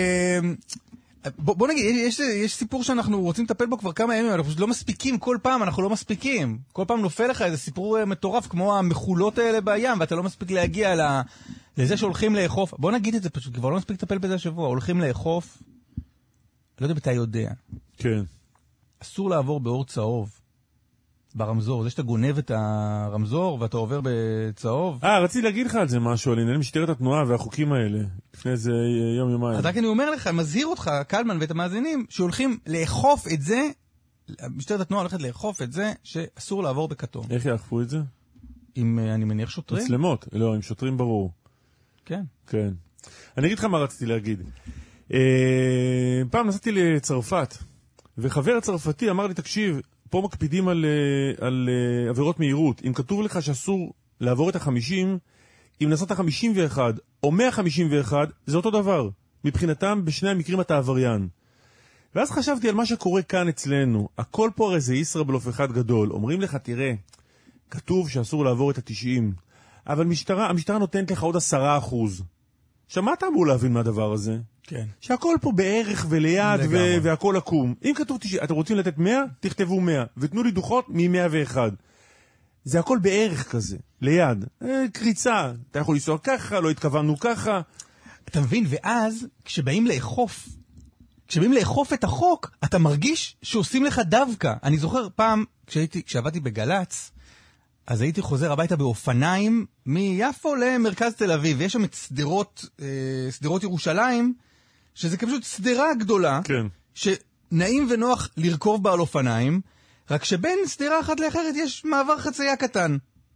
בוא נגיד, יש סיפור שאנחנו רוצים לטפל בו כבר כמה ימים, אנחנו פשוט לא מספיקים כל פעם, אנחנו לא מספיקים. כל פעם נופל לך איזה סיפור מטורף, כמו המחולות האלה בים, ואתה לא מספיק להגיע לזה שהולכים לאכוף. בוא נגיד את זה פשוט, כבר לא מספיק לטפל בזה השבוע. הולכים לאכוף, לא יודע אם אתה יודע. כן. אסור לעבור באור צהוב. ברמזור, זה שאתה גונב את הרמזור ואתה עובר בצהוב. אה, רציתי להגיד לך על זה משהו, על עניינים משטרת התנועה והחוקים האלה, לפני איזה יום יומיים. אז רק אני אומר לך, מזהיר אותך, קלמן ואת המאזינים, שהולכים לאכוף את זה, משטרת התנועה הולכת לאכוף את זה, שאסור לעבור בכתום. איך יאכפו את זה? עם, אני מניח, שוטרים. מצלמות, לא, עם שוטרים ברור. כן. כן. אני אגיד לך מה רציתי להגיד. אה, פעם נסעתי לצרפת, וחבר צרפתי אמר לי, תקשיב, פה מקפידים על, על עבירות מהירות. אם כתוב לך שאסור לעבור את החמישים, אם נסעת חמישים ואחת או מאה חמישים ואחת, זה אותו דבר. מבחינתם, בשני המקרים אתה עבריין. ואז חשבתי על מה שקורה כאן אצלנו. הכל פה הרי זה ישראבלוף אחד גדול. אומרים לך, תראה, כתוב שאסור לעבור את ה-תשעים. אבל משטרה, המשטרה נותנת לך עוד עשרה אחוז. עכשיו, מה אתה אמור להבין מהדבר הזה? כן. שהכל פה בערך וליד ו- והכל עקום. אם כתוב תשעים, אתם רוצים לתת מאה? תכתבו מאה. ותנו לי דוחות מ-מאה ואחת. זה הכל בערך כזה, ליד. אה, קריצה. אתה יכול לנסוע ככה, לא התכוונו ככה. אתה מבין? ואז, כשבאים לאכוף, כשבאים לאכוף את החוק, אתה מרגיש שעושים לך דווקא. אני זוכר פעם, כשהייתי, כשעבדתי בגלץ, אז הייתי חוזר הביתה באופניים מיפו למרכז תל אביב, ויש שם את סדרות, אה, סדרות ירושלים, שזה פשוט סדרה גדולה, כן. שנעים ונוח לרכוב בה על אופניים, רק שבין סדרה אחת לאחרת יש מעבר חצייה קטן.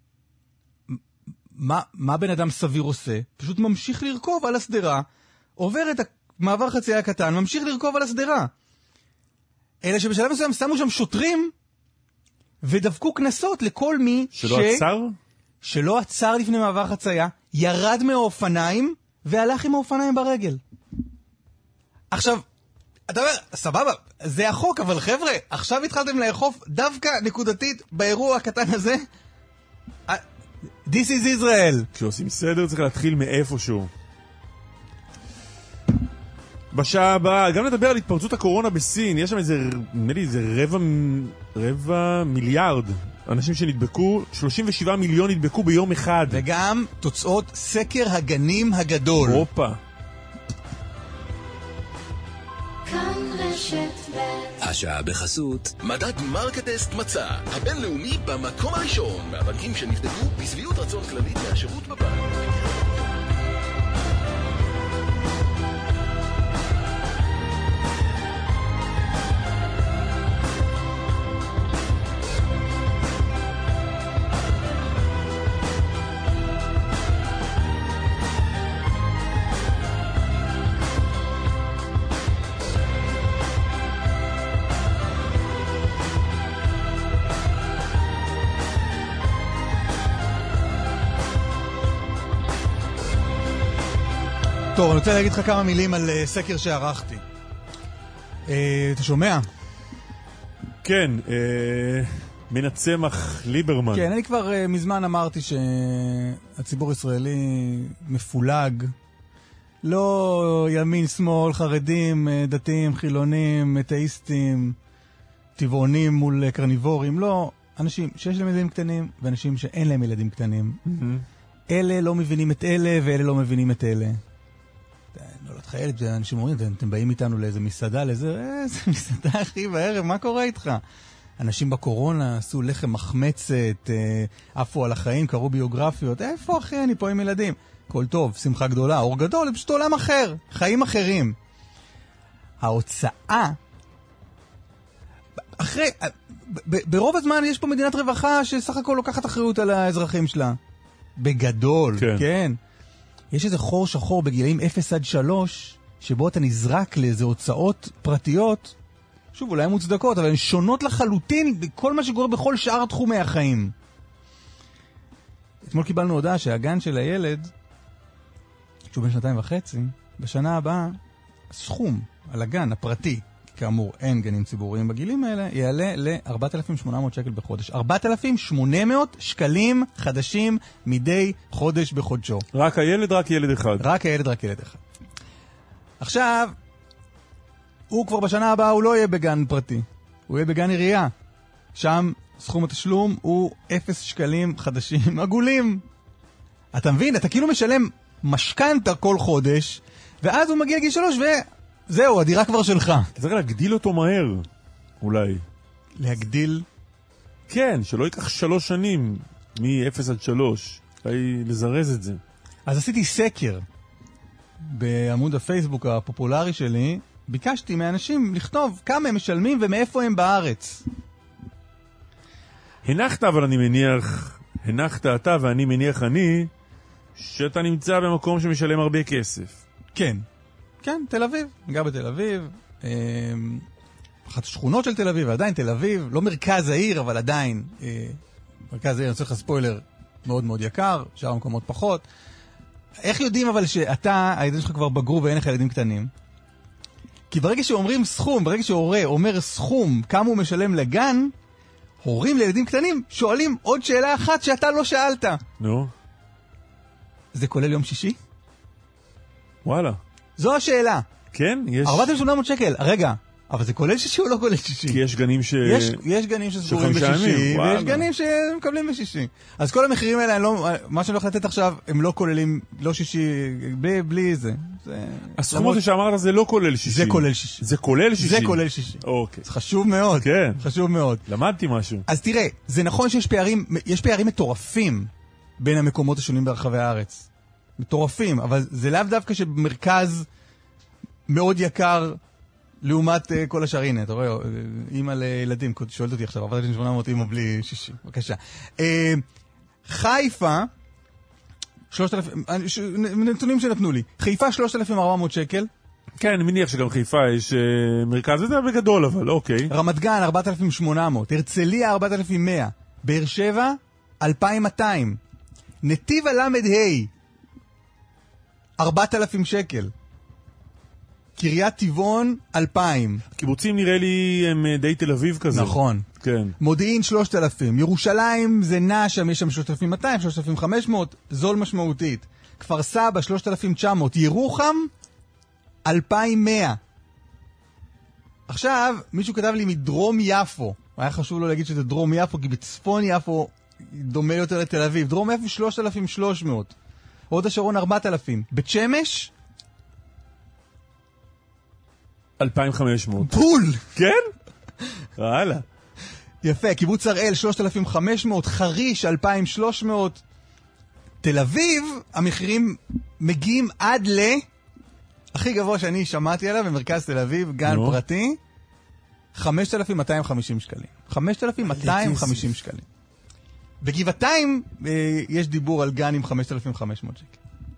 מה, מה בן אדם סביר עושה? פשוט ממשיך לרכוב על הסדרה, עובר את המעבר חצייה הקטן, ממשיך לרכוב על הסדרה. אלא שבשלב מסוים שמו שם שוטרים, ודווקו כנסות לכל מי שלא ש... עצר? שלא עצר לפני מעבר חצייה, ירד מהאופניים, והלך עם האופניים ברגל. עכשיו, אתה אומר, סבבה, זה החוק, אבל חבר'ה, עכשיו התחלתם לאכוף דווקא נקודתית באירוע הקטן הזה. This is Israel. כשעושים סדר צריך להתחיל מאיפשהו. בשעה הבאה, גם לדבר על התפרצות הקורונה בסין, יש שם איזה, נראה לי, איזה רבע, רבע מיליארד אנשים שנדבקו, שלושים ושבעה מיליון נדבקו ביום אחד. וגם תוצאות סקר הגנים הגדול. אופה. השעה בחסות מדד מרקטסט מצא, הבינלאומי במקום הראשון מהבנקים שנבדקו בסביעות רצון כללית מהשירות בבנק. טוב, אני רוצה להגיד לך כמה מילים על uh, סקר שערכתי. Uh, אתה שומע? כן, uh, מן הצמח ליברמן. כן, אני כבר uh, מזמן אמרתי שהציבור הישראלי מפולג. לא ימין, שמאל, חרדים, דתיים, חילונים, אתאיסטים, טבעונים מול קרניבורים. לא, אנשים שיש להם ילדים קטנים ואנשים שאין להם ילדים קטנים. Mm-hmm. אלה לא מבינים את אלה ואלה לא מבינים את אלה. נולד חיילת, אנשים אומרים, אתם באים איתנו לאיזה מסעדה, לאיזה, איזה מסעדה אחי בערב, מה קורה איתך? אנשים בקורונה עשו לחם מחמצת, עפו על החיים, קראו ביוגרפיות, איפה אחי, אני פה עם ילדים. כל טוב, שמחה גדולה, אור גדול, זה פשוט עולם אחר, חיים אחרים. ההוצאה, אחרי, ברוב הזמן יש פה מדינת רווחה שסך הכל לוקחת אחריות על האזרחים שלה. בגדול, כן. כן. יש איזה חור שחור בגילאים אפס עד שלוש, שבו אתה נזרק לאיזה הוצאות פרטיות, שוב, אולי מוצדקות, אבל הן שונות לחלוטין בכל מה שקורה בכל שאר תחומי החיים. אתמול קיבלנו הודעה שהגן של הילד, שהוא בן שנתיים וחצי, בשנה הבאה, הסכום על הגן הפרטי, כאמור אין גנים ציבוריים בגילים האלה, יעלה ל-ארבעת אלפים ושמונה מאות שקל בחודש. ארבעת אלפים ושמונה מאות שקלים חדשים מדי חודש בחודשו. רק הילד, רק ילד אחד. רק הילד, רק ילד אחד. עכשיו, הוא כבר בשנה הבאה, הוא לא יהיה בגן פרטי. הוא יהיה בגן עירייה. שם סכום התשלום הוא אפס שקלים חדשים עגולים. אתה מבין? אתה כאילו משלם משכנתה כל חודש, ואז הוא מגיע לגיל שלוש וזהו, הדירה כבר שלך. אתה צריך להגדיל אותו מהר, אולי. להגדיל? כן, שלא ייקח שלוש שנים מ-אפס עד שלוש. אולי לזרז את זה. אז עשיתי סקר בעמוד הפייסבוק הפופולרי שלי, ביקשתי מאנשים לכתוב כמה הם משלמים ומאיפה הם בארץ. הנחת, אבל אני מניח, הנחת אתה ואני מניח אני, שאתה נמצא במקום שמשלם הרבה כסף. כן, כן, תל אביב, גר בתל אביב, אה, אחת השכונות של תל אביב, עדיין תל אביב, לא מרכז העיר, אבל עדיין, אה, מרכז העיר, אני רוצה לך ספוילר, מאוד מאוד יקר, שאר המקומות פחות. איך יודעים אבל שאתה, הילדים שלך כבר בגרו ואין לך ילדים קטנים? כי ברגע שאומרים סכום, ברגע שההורה אומר סכום, כמה הוא משלם לגן, הורים לילדים קטנים שואלים עוד שאלה אחת שאתה לא שאלת. נו. זה כולל יום שישי? וואלה. זו השאלה. כן, יש... ארבעת אלפים ושמונה מאות שקל, רגע. אבל זה כולל שישי או לא כולל שישי? כי יש גנים ש... יש, יש גנים שסגורים בשישי, ויש גנים שמקבלים בשישי. אז כל המחירים האלה, לא, מה שאני הולך לתת עכשיו, הם לא כוללים, לא שישי, בלי, בלי זה. זה הסכום הזה שאמרת זה לא כולל שישי. זה כולל שישי. זה כולל שישי? זה כולל שישי. אוקיי. זה חשוב מאוד. כן. חשוב מאוד. למדתי משהו. אז תראה, זה נכון שיש פערים, יש פערים מטורפים בין המקומות השונים ברחבי הארץ. מטורפים, אבל זה לאו דווקא שבמרכז מאוד יקר לעומת uh, כל השאר. הנה, אתה רואה, אימא לילדים, שואלת אותי עכשיו, ארבעת אלפים ושמונה מאות אימא בלי שישי, בבקשה. Uh, חיפה, שלושת אלפים, נתונים שנתנו לי, חיפה שלושת אלפים וארבע מאות שקל. כן, אני מניח שגם חיפה יש uh, מרכז, וזה בגדול, אבל אוקיי. רמת גן, ארבעת אלפים ושמונה מאות, הרצליה, ארבעת אלפים ומאה, באר שבע, אלפיים ומאתיים, נתיב הלמד ה', ארבעת אלפים שקל. קריית טבעון, אלפיים. קיבוצים נראה לי הם די תל אביב כזה. נכון. כן. מודיעין, שלושת אלפים. ירושלים זה נע שם, יש שם שלושת אלפים ומאתיים, שלושת אלפים וחמש מאות, זול משמעותית. כפר סבא, שלושת אלפים ותשע מאות. ירוחם, אלפיים ומאה. עכשיו, מישהו כתב לי מדרום יפו. היה חשוב לו להגיד שזה דרום יפו, כי בצפון יפו דומה יותר לתל אביב. דרום יפו, שלושת אלפים ושלוש מאות. הוד השרון, ארבעת אלפים. בית שמש, אלפיים וחמש מאות. פול! כן? וואלה. יפה, קיבוץ הראל, שלושת אלפים וחמש מאות, חריש, אלפיים ושלוש מאות. תל אביב, המחירים מגיעים עד ל... הכי גבוה שאני שמעתי עליו, במרכז תל אביב, גן no. פרטי, חמשת אלפים מאתיים וחמישים שקלים. חמשת אלפים מאתיים וחמישים שקלים. בגבעתיים אה, יש דיבור על גן עם חמשת אלפים וחמש מאות שקל.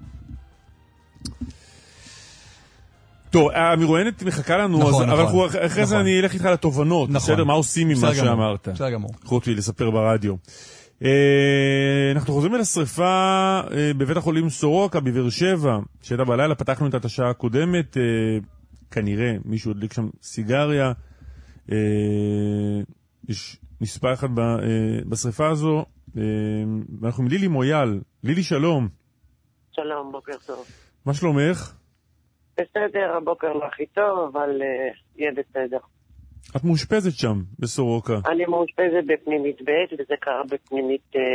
טוב, המרואיינת מחכה לנו, נכון, אז, נכון, אבל אנחנו, אחרי נכון. זה אני אלך איתך לתובנות, נכון. בסדר? מה עושים עם מה גמור, שאמרת? בסדר גמור. חוץ לי לספר ברדיו. אה, אנחנו חוזרים אל השריפה אה, בבית החולים סורוקה בבאר שבע, שהייתה בלילה, פתחנו את השעה הקודמת, אה, כנראה מישהו הדליק שם סיגריה, אה, יש נספה אחד ב, אה, בשריפה הזו, אה, ואנחנו עם לילי מויאל. לילי, שלום. שלום, בוקר טוב. מה שלומך? בסדר, הבוקר לא הכי טוב, אבל uh, יהיה בסדר. את מאושפזת שם, בסורוקה. אני מאושפזת בפנימית ב' וזה קרה בפנימית ה'.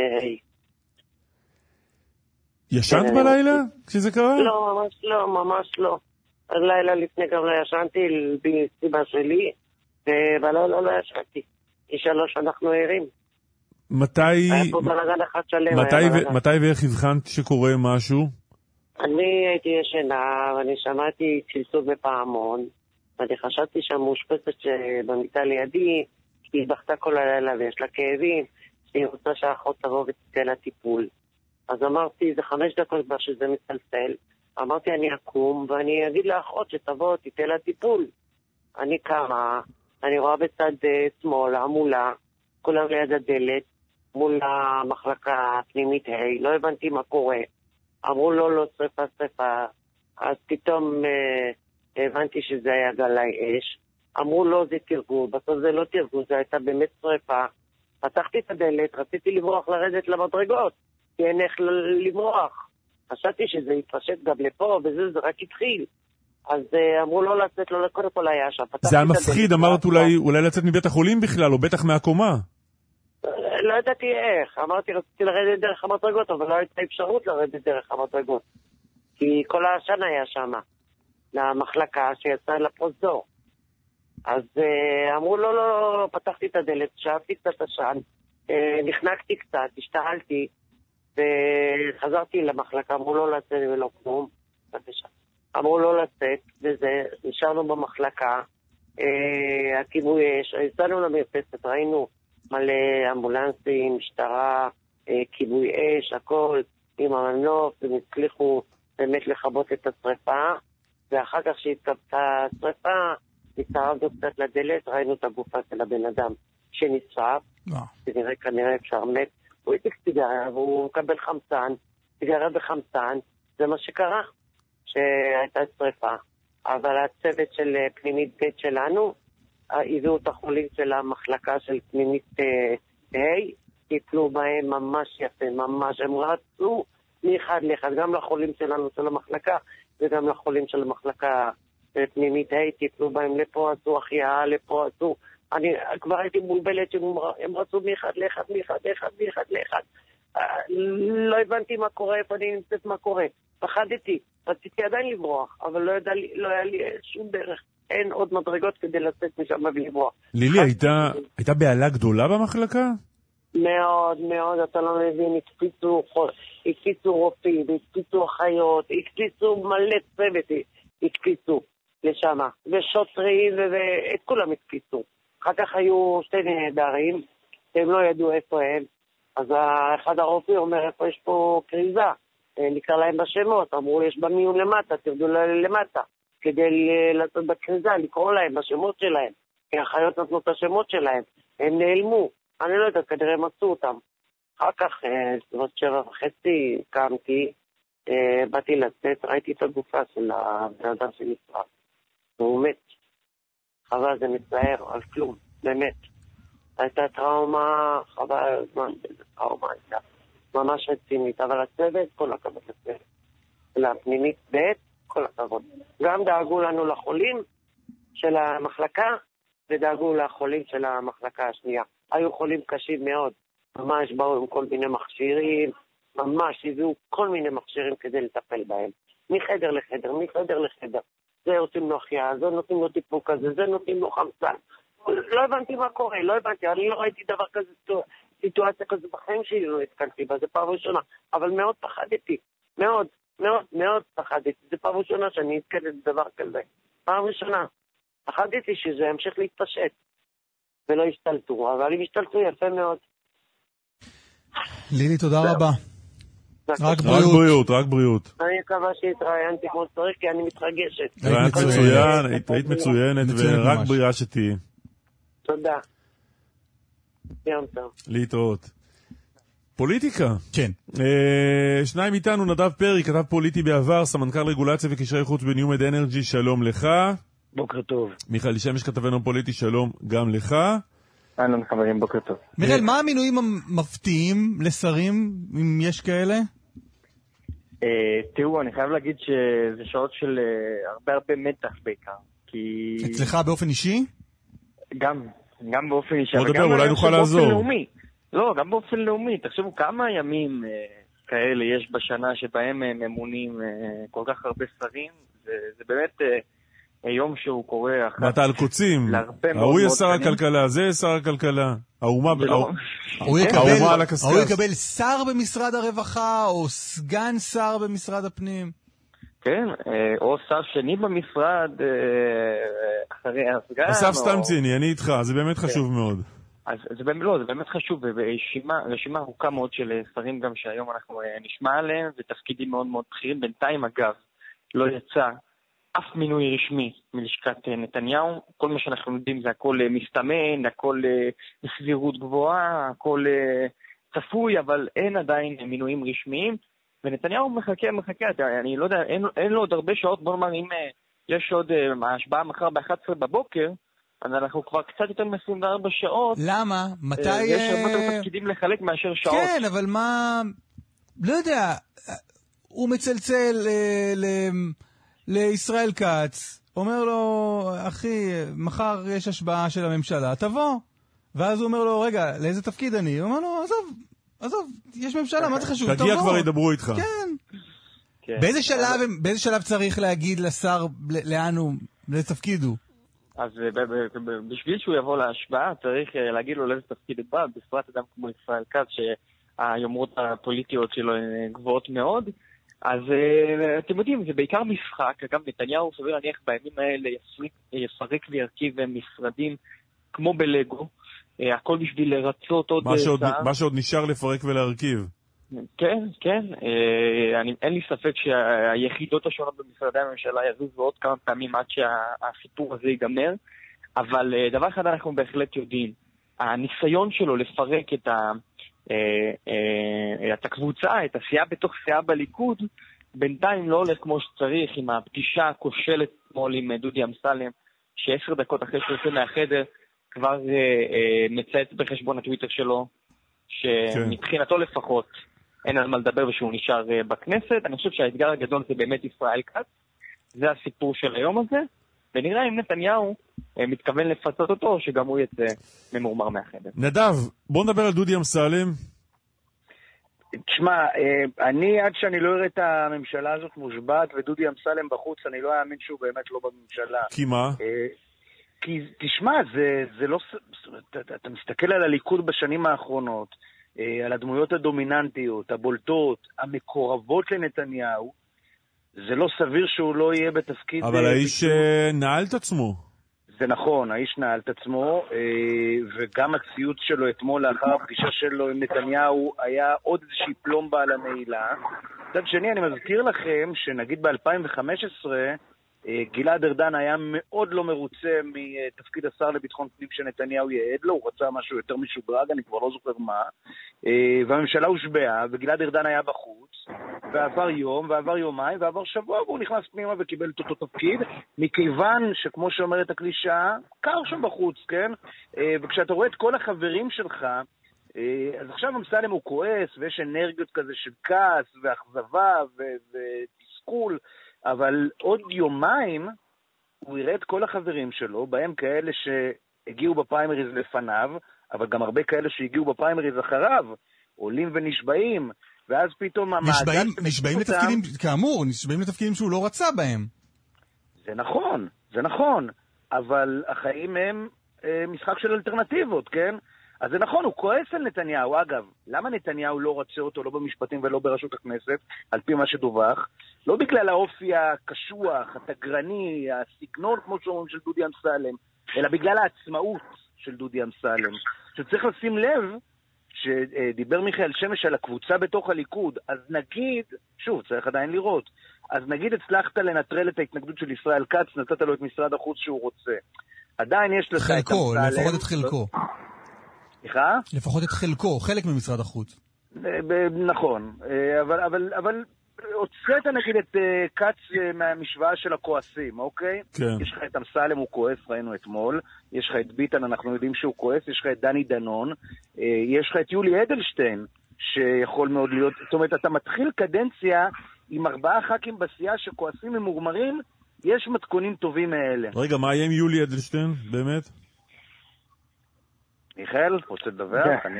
ישנת בלילה כשזה קרה? לא, ממש לא, ממש לא. הלילה לפני גם לא ישנתי, בסיבה שלי, ובלילה לא ישנתי. כי שלוש אנחנו ערים. מתי... היה פה בלגן אחד שלם. מתי, ו... מתי ואיך הבחנת שקורה משהו? אני הייתי ישנה, ואני שמעתי צלצול בפעמון, ואני חשבתי שהמאושפזת שבמיטה לידי, כי היא בכתה כל הלילה ויש לה כאבים, שהיא רוצה שהאחות תבוא ותיתן לה טיפול. אז אמרתי, זה חמש דקות כבר שזה מצלצל, אמרתי, אני אקום, ואני אגיד לאחות שתבוא, תיתן לה טיפול. אני קמה, אני רואה בצד שמאל, מולה, כולם ליד הדלת, מול המחלקה הפנימית ה', לא הבנתי מה קורה. אמרו לו, לא, שריפה, שריפה. אז פתאום אה, הבנתי שזה היה גלי אש. אמרו לו, זה תרגול. בסוף זה לא תרגול, זה הייתה באמת שריפה. פתחתי את הדלת, רציתי לברוח לרדת למדרגות, כי אין איך לברוח. חשבתי שזה יתפשט גם לפה, וזה זה רק התחיל. אז אה, אמרו לו לצאת, לא קודם כל היה שם. זה היה מפחיד, אמרת אולי, אולי לצאת מבית החולים בכלל, או בטח מהקומה. לא ידעתי איך, אמרתי רציתי לרדת דרך המדרגות, אבל לא הייתה אפשרות לרדת דרך המדרגות, כי כל העשן היה שם, למחלקה שיצאה לפרוזדור. אז uh, אמרו לא, לא, לא, פתחתי את הדלת, שאפתי קצת עשן, uh, נחנקתי קצת, השתעלתי, וחזרתי למחלקה, אמרו לא לצאת ולא כלום, אמרו לא לצאת, וזה, נשארנו במחלקה, uh, הכיבוי אש, יצאנו למרפסת, ראינו, מלא אמבולנסים, משטרה, כיבוי אש, הכל, עם המנוף, הם הצליחו באמת לכבות את השריפה, ואחר כך שהתקבתה השריפה, התערבנו קצת לדלת, ראינו את הגופה של הבן אדם שנשרף, כנראה, כנראה אפשר מת, הוא התיק סיגריה, והוא מקבל חמצן, סיגריה בחמצן, זה מה שקרה, שהייתה שריפה. אבל הצוות של פנימית בית שלנו, הביאו את החולים של המחלקה של פנימית ה', טיפלו בהם ממש יפה, ממש. הם רצו מאחד לאחד, גם לחולים שלנו של המחלקה, וגם לחולים של המחלקה פנימית ה', טיפלו בהם לפה עשו החייאה, לפה עשו. אני כבר הייתי מולבלת שהם רצו מאחד לאחד, מאחד לאחד, מאחד לאחד. לא הבנתי מה קורה, איפה אני נמצאת מה קורה. פחדתי, רציתי עדיין לברוח, אבל לא, ידע, לא היה לי שום דרך. אין עוד מדרגות כדי לצאת משם ולברוח. לילי, הייתה, הייתה בעלה גדולה במחלקה? מאוד, מאוד, אתה לא מבין, הקפיצו, הקפיצו רופאים, הקפיצו אחיות, הקפיצו מלא צוות, הקפיצו לשם, ושוטרים, ואת כולם הקפיצו. אחר כך היו שתי נהדרים, הם לא ידעו איפה הם, אז אחד הרופאים אומר, איפה יש פה קריזה? נקרא להם בשמות, אמרו, יש במיון למטה, תרדו למטה, כדי לעשות בקריזה, לקרוא להם בשמות שלהם, כי האחיות נתנו את השמות שלהם, הם נעלמו. אני לא יודעת, כנראה הם עשו אותם. אחר כך, בסביבות שבע וחצי, קמתי, באתי לצאת, ראיתי את הגופה של הבן אדם שנשרף. והוא מת. חבל, זה מצער על כלום, באמת. הייתה טראומה, חבל, זמן, טראומה הייתה ממש רצינית, אבל הצוות, כל הכבוד לצוות. לפנימית ב', כל הכבוד. גם דאגו לנו לחולים של המחלקה, ודאגו לחולים של המחלקה השנייה. היו חולים קשים מאוד, ממש באו עם כל מיני מכשירים, ממש הביאו כל מיני מכשירים כדי לטפל בהם. מחדר לחדר, מחדר לחדר. זה עושים לו החייאה, זה נותנים לו טיפול כזה, זה נותנים לו חמצן. לא הבנתי מה קורה, לא הבנתי, אני לא ראיתי דבר כזה, סיטואציה כזה בחיים שלי לא התקלתי בה, זה פעם ראשונה, אבל מאוד פחדתי, מאוד, מאוד, מאוד פחדתי. זה פעם ראשונה שאני נתקלת בדבר כזה, פעם ראשונה. פחדתי שזה ימשיך להתפשט. ולא השתלטו, אבל הם השתלטו יפה מאוד. לילי, תודה רבה. רק בריאות, רק בריאות. אני מקווה שהתראיינתי כמו שצריך, כי אני מתרגשת. היית מצוין, היית מצוינת, ורק בריאה שתהי. תודה. יום טוב. להתראות. פוליטיקה. כן. שניים איתנו, נדב פרי, כתב פוליטי בעבר, סמנכ"ל רגולציה וקשרי חוץ בניומד אנרג'י, שלום לך. בוקר טוב. מיכאל שמש, כתבנו פוליטי, שלום גם לך. אהלן חברים, בוקר טוב. מיכאל, מה המינויים המפתיעים לשרים, אם יש כאלה? תראו, אני חייב להגיד שזה שעות של הרבה הרבה מתח בעיקר. אצלך באופן אישי? גם, גם באופן אישי. בוא דבר, אולי נוכל לעזור. לא, גם באופן לאומי. תחשבו כמה ימים כאלה יש בשנה שבהם ממונים כל כך הרבה שרים. זה באמת יום שהוא קורא אחת... ואתה על קוצים. ההוא יהיה שר הכלכלה, זה שר הכלכלה. האומה על הקסקס. ההוא יקבל שר במשרד הרווחה, או סגן שר במשרד הפנים. כן, או שר שני במשרד אחרי הסגן. אסף סתם ציני, אני איתך, זה באמת חשוב מאוד. אז זה באמת, לא, זה באמת חשוב, ורשימה ארוכה מאוד של שרים גם שהיום אנחנו נשמע עליהם, ותפקידים מאוד מאוד בכירים. בינתיים אגב, לא יצא אף מינוי רשמי מלשכת נתניהו. כל מה שאנחנו יודעים זה הכל מסתמן, הכל בסבירות גבוהה, הכל צפוי, אבל אין עדיין מינויים רשמיים, ונתניהו מחכה, מחכה, אני לא יודע, אין, אין לו עוד הרבה שעות. בוא נאמר, אם יש עוד השבעה מחר ב-אחת עשרה בבוקר, אז אנחנו כבר קצת יותר מ-עשרים וארבע שעות. למה? מתי... יש הרבה יותר תפקידים לחלק מאשר שעות. כן, אבל מה... לא יודע, הוא מצלצל ל... לישראל כץ, אומר לו, אחי, מחר יש השבעה של הממשלה, תבוא. ואז הוא אומר לו, רגע, לאיזה תפקיד אני? הוא אומר לו, עזוב, עזוב, יש ממשלה, מה זה חשוב? תבוא. תגיע כבר ידברו איתך. כן. באיזה שלב, באיזה שלב צריך להגיד לשר לאן הוא, לאיזה תפקיד הוא? אז בשביל שהוא יבוא להשבעה, צריך להגיד לו לאיזה תפקיד הוא בא, בפרט אדם כמו ישראל כץ, שהיומרות הפוליטיות שלו הן גבוהות מאוד. אז אתם יודעים, זה בעיקר משחק. אגב, נתניהו סביר להניח בימים האלה יפרק וירכיב משרדים כמו בלגו, הכל בשביל לרצות עוד שר. מה שעוד נשאר לפרק ולהרכיב. כן, כן. אני, אין לי ספק שהיחידות השונות במשרדי הממשלה יזוזו עוד כמה פעמים עד שהסיפור הזה ייגמר, אבל דבר אחד אנחנו בהחלט יודעים, הניסיון שלו לפרק את ה... את הקבוצה, את הסיעה בתוך סיעה בליכוד, בינתיים לא הולך כמו שצריך, עם הפגישה הכושלת אתמול עם דודי אמסלם, שעשר דקות אחרי שהוא יוצא מהחדר, כבר אה, אה, מצייץ בחשבון הטוויטר שלו, שמבחינתו לפחות אין על מה לדבר ושהוא נשאר אה, בכנסת. אני חושב שהאתגר הגדול זה באמת ישראל כץ, זה הסיפור של היום הזה, ונראה אם נתניהו אה, מתכוון לפצות אותו, או שגם הוא יצא ממורמר מהחדר. נדב, בוא נדבר על דודי אמסלם. תשמע, אני עד שאני לא אראה את הממשלה הזאת מושבת ודודי אמסלם בחוץ, אני לא אאמין שהוא באמת לא בממשלה. כי מה? כי תשמע, זה, זה לא... אתה, אתה מסתכל על הליכוד בשנים האחרונות, על הדמויות הדומיננטיות, הבולטות, המקורבות לנתניהו, זה לא סביר שהוא לא יהיה בתפקיד... אבל האיש נעל את עצמו. זה נכון, האיש נעל את עצמו, וגם הציוץ שלו אתמול לאחר הפגישה שלו עם נתניהו היה עוד איזושהי פלומבה על הנעילה. מצד שני, אני מזכיר לכם שנגיד ב-אלפיים וחמש עשרה גלעד ארדן היה מאוד לא מרוצה מתפקיד השר לביטחון פנים שנתניהו ייעד לו, הוא רצה משהו יותר משודרג, אני כבר לא זוכר מה, והממשלה הושבעה, וגלעד ארדן היה בחוץ, ועבר יום, ועבר יומיים, ועבר שבוע, והוא נכנס פנימה וקיבל את אותו תפקיד, מכיוון שכמו שאומרת הקלישאה, קר שם בחוץ, כן? וכשאתה רואה את כל החברים שלך, אז עכשיו אמסלם הוא כועס, ויש אנרגיות כזה של כעס, ואכזבה, ותסכול, אבל עוד יומיים הוא יראה את כל החברים שלו, בהם כאלה שהגיעו בפריימריז לפניו, אבל גם הרבה כאלה שהגיעו בפריימריז אחריו, עולים ונשבעים, ואז פתאום נשבעים, נשבעים לתפקידים, כאמור, נשבעים לתפקידים שהוא לא רצה בהם. זה נכון, זה נכון, אבל החיים הם אה, משחק של אלטרנטיבות, כן? אז זה נכון, הוא כועס על נתניהו. אגב, למה נתניהו לא רצה אותו, לא במשפטים ולא בראשות הכנסת, על פי מה שדווח? לא בגלל האופי הקשוח, התגרני, הסגנון, כמו שאומרים, של דודי אמסלם, אלא בגלל העצמאות של דודי אמסלם. שצריך לשים לב, שדיבר מיכאל שמש על הקבוצה בתוך הליכוד, אז נגיד, שוב, צריך עדיין לראות, אז נגיד הצלחת לנטרל את ההתנגדות של ישראל כץ, נתת לו את משרד החוץ שהוא רוצה. עדיין יש לך את חלקו, לפחות את חלקו. סליחה? לפחות את חלקו, חלק ממשרד החוץ. נכון, אבל, אבל, אבל הוצאת נגיד את כץ מהמשוואה של הכועסים, אוקיי? כן. יש לך את אמסלם, הוא כועס, ראינו אתמול, יש לך את ביטן, אנחנו יודעים שהוא כועס, יש לך את דני דנון, יש לך את יולי אדלשטיין, שיכול מאוד להיות, זאת אומרת, אתה מתחיל קדנציה עם ארבעה ח"כים בסיעה שכועסים ממורמרים, יש מתכונים טובים מאלה. רגע, מה יהיה עם יולי אדלשטיין, באמת? מיכאל, רוצה לדבר? אני...